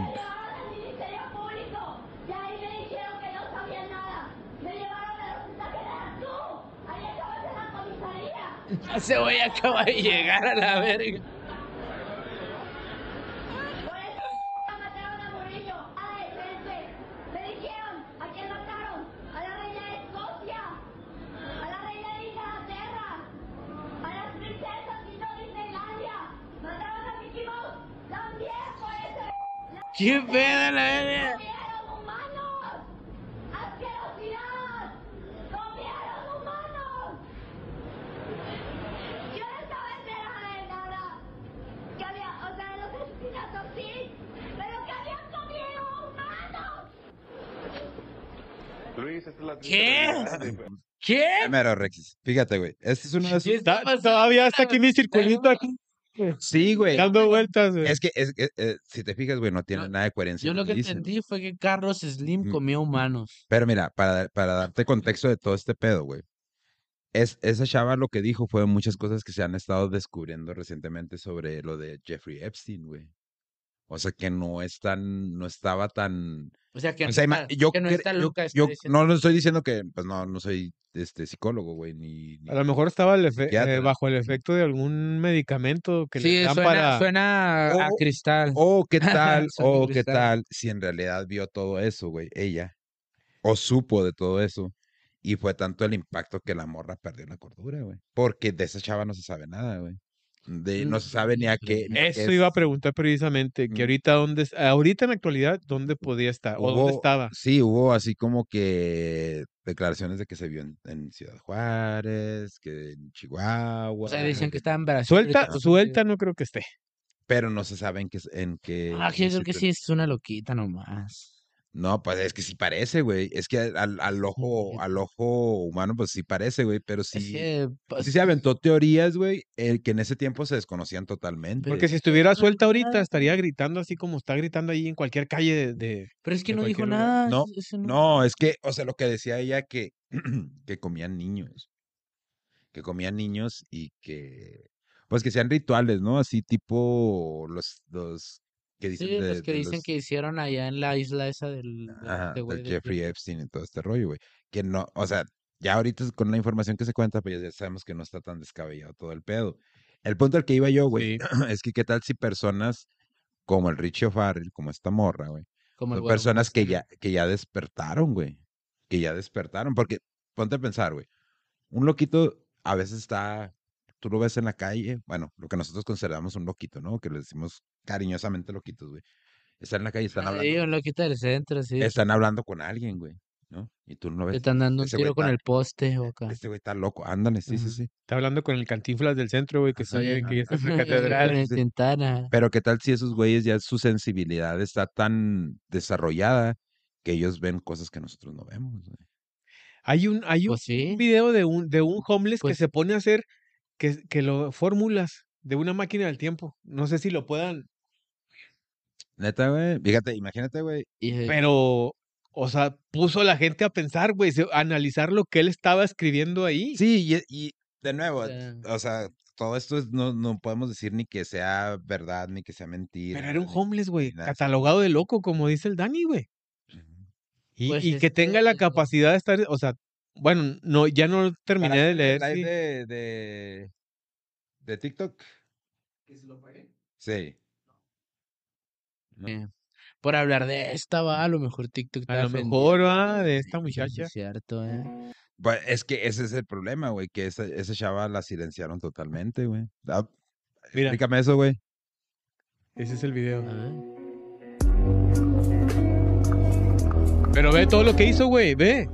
Y ahí me dijeron que no sabía nada. Me llevaron a los mensajeros tú. Ahí estabas en la comisaría. Ese güey acaba de llegar a la verga. Por eso mataron a Murillo, a la gente. Me dijeron a quién mataron. A la reina de Escocia. A la reina de Inglaterra. A las princesas y no Disneylandia. Mataron a Mickey Mouse. También por eso. ¿Qué pedo la verga? ¡Comieron humanos! ¡Asquerosidad! ¡Comieron humanos! Yo no estaba enterada de nada. Que había, o sea, de los asesinatos sí, pero que habían comido humanos. Luis, esta es la ¿Qué? realidad de- ¿Qué? Mero, Rexis. Fíjate, güey. Este es uno de esos. Todavía está aquí mi circulito aquí. Sí, güey. Dando vueltas, güey. Es que, si te fijas, güey, no tiene nada de coherencia. Yo lo que dicen. entendí fue que Carlos Slim comía humanos. Pero mira, para darte contexto de todo este pedo, güey. Esa chava lo que dijo fue muchas cosas que se han estado descubriendo recientemente sobre lo de Jeffrey Epstein, güey. O sea, que no estaba tan... O sea, que O no sea, está, yo que no está loca. está yo diciendo- no estoy diciendo que, pues no soy psicólogo, güey, ni A lo mejor estaba psiquiatra. bajo el efecto de algún medicamento que Sí, le dan suena, para... suena a cristal. O qué tal, Suena a o qué cristal. tal, si en realidad vio todo eso, güey, ella, o supo de todo eso, y fue tanto el impacto que la morra perdió la cordura, güey. Porque de esa chava no se sabe nada, güey. No se sabe ni a qué. Ni a qué Eso iba a preguntar precisamente, que ahorita en la actualidad, ¿dónde podía estar? ¿O dónde estaba? Sí, hubo así como que declaraciones de que se vio en Ciudad Juárez, que en Chihuahua. O sea, dicen que está en Brasil. Suelta no creo que esté. Pero no se sabe en qué Ah, yo creo que sitio. sí es una loquita nomás. No, pues es que sí parece, güey. Es que al ojo humano, pues sí parece, güey. Pero Es sí, que, pues, sí se aventó teorías, güey, que en ese tiempo se desconocían totalmente. Porque si estuviera suelta ahorita, estaría gritando así como está gritando ahí en cualquier calle de Pero es que de no dijo cualquier lugar. nada. No, eso no, es que, o sea, lo que decía ella que, que comían niños. Que comían niños y que, pues que sean rituales, ¿no? Así tipo los que dicen Sí, los que de dicen los, que hicieron allá en la isla esa ajá, este güey del de Jeffrey Jeffrey. Epstein y todo este rollo, güey. Que no, o sea, ya ahorita con la información que se cuenta, pues ya sabemos que no está tan descabellado todo el pedo. El punto al que iba yo, güey, Sí. es que qué tal si personas como el Richie O'Farrell, como esta morra, güey, Como el son personas Guadalupe. que ya despertaron, güey. Que ya despertaron, porque ponte a pensar, güey. Un loquito a veces está, tú lo ves en la calle, bueno, lo que nosotros consideramos un loquito, ¿no? Que le decimos cariñosamente loquitos, güey. Están en la calle, están Ahí, hablando, un loquito del centro, sí. están hablando con alguien, güey, ¿no? Y tú no lo Te ves. están dando un Ese güey tiro con está, el poste o acá. este güey está loco, ándale, sí, sí, Ajá. sí. Está hablando con el Cantinflas del centro, güey, que está Sí, que ya está en la con catedral. el sí. Quintana. Pero qué tal si esos güeyes ya su sensibilidad está tan desarrollada que ellos ven cosas que nosotros no vemos, güey. Hay un Pues sí. video de un homeless que Pues- se pone a hacer que lo fórmulas de una máquina del tiempo. No sé si lo puedan, Neta, güey, fíjate, imagínate, güey. pero, o sea, puso a la gente a pensar, güey, a analizar lo que él estaba escribiendo ahí. Sí, y de nuevo, sea, o sea, todo esto no podemos decir ni que sea verdad, ni que sea mentira. Pero era un ni- homeless, güey, ni nada. catalogado de loco, como dice el Dani, güey. Y, Pues y es que tenga la que- capacidad de estar, o sea, bueno, no, ya no terminé Para de hacer el leer. sí. live de TikTok. ¿Que se lo pagué? Sí. Por hablar de esta, va, a lo mejor TikTok A está lo mejor, va, de esta Sí, muchacha. es cierto, Pues es que ese es el problema, güey, que esa chava la silenciaron totalmente, güey. Mira, Explícame eso, güey. ese es el video. A ver. Pero ve todo lo que hizo, güey, ve.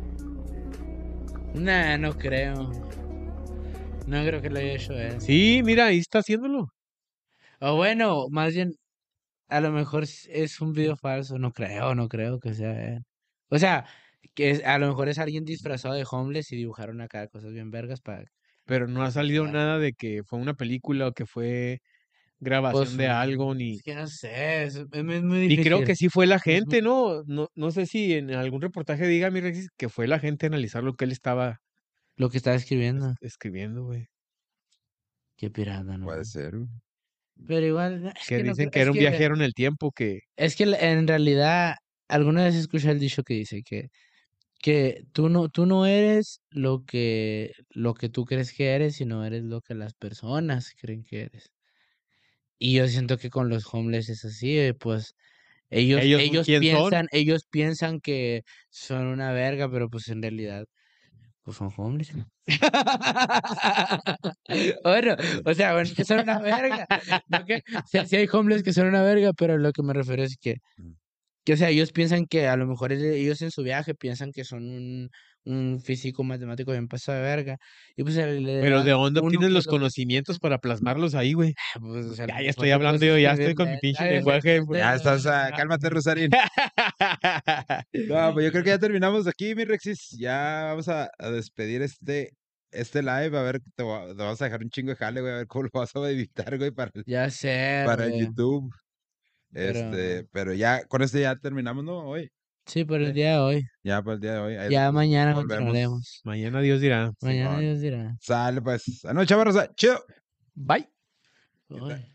Nah, no creo. No creo que lo haya hecho él. Sí, mira, ahí está haciéndolo. O bueno, más bien, a lo mejor es un video falso. No creo que sea él. O sea, a lo mejor es alguien disfrazado de homeless y dibujaron acá cosas bien vergas para... Pero no ha salido nada de que fue una película o que fue grabación Pues, de algo, ni... es que no sé, es muy Y difícil. creo que sí fue la Es muy- gente, ¿no? No sé si en algún reportaje diga, mi Rexis, que fue la gente a analizar lo que él estaba Lo que estaba escribiendo. escribiendo, güey. Qué pirata, ¿no? Puede ser, güey. Pero igual, es Que que no dicen creo- que era un viajero en el tiempo que... Es que en realidad, alguna vez escuché el dicho que dice que tú no eres lo que tú crees que eres, sino eres lo que las personas creen que eres. Y yo siento que con los homeless es así, pues ¿Ellos son quién son? ellos piensan que son una verga, pero pues en realidad, pues son homeless. Bueno, o sea, bueno, que son una verga. No que, o sea, sí hay homeless que son una verga, pero lo que me refiero es que, o sea, ellos piensan que a lo mejor ellos en su viaje piensan que son un físico matemático bien pasado de verga. Y pues Pero ¿de dónde uno obtienes que los lo que conocimientos para plasmarlos ahí, güey? pues, o sea, Ya no estoy te hablando puedes yo, ya escribir estoy con mi pinche mensajes, lenguaje. Ya estás, cálmate, Rosarín. No, pues yo creo que ya terminamos aquí, mi Rexis. Ya vamos a despedir este live. A ver, te vamos a dejar un chingo de jale, güey. A ver cómo lo vas a editar, güey, Ya sé, para güey. YouTube. Pero Pero ya, con este ya terminamos, ¿no? Hoy. sí, por el Sí. día de hoy. Ya para el día de hoy. Ahí Ya después mañana volvemos. continuaremos. Mañana Dios dirá. Mañana Simón. Dios dirá. Sale, pues. Anoche, Rosa. Chido. Bye. Uy.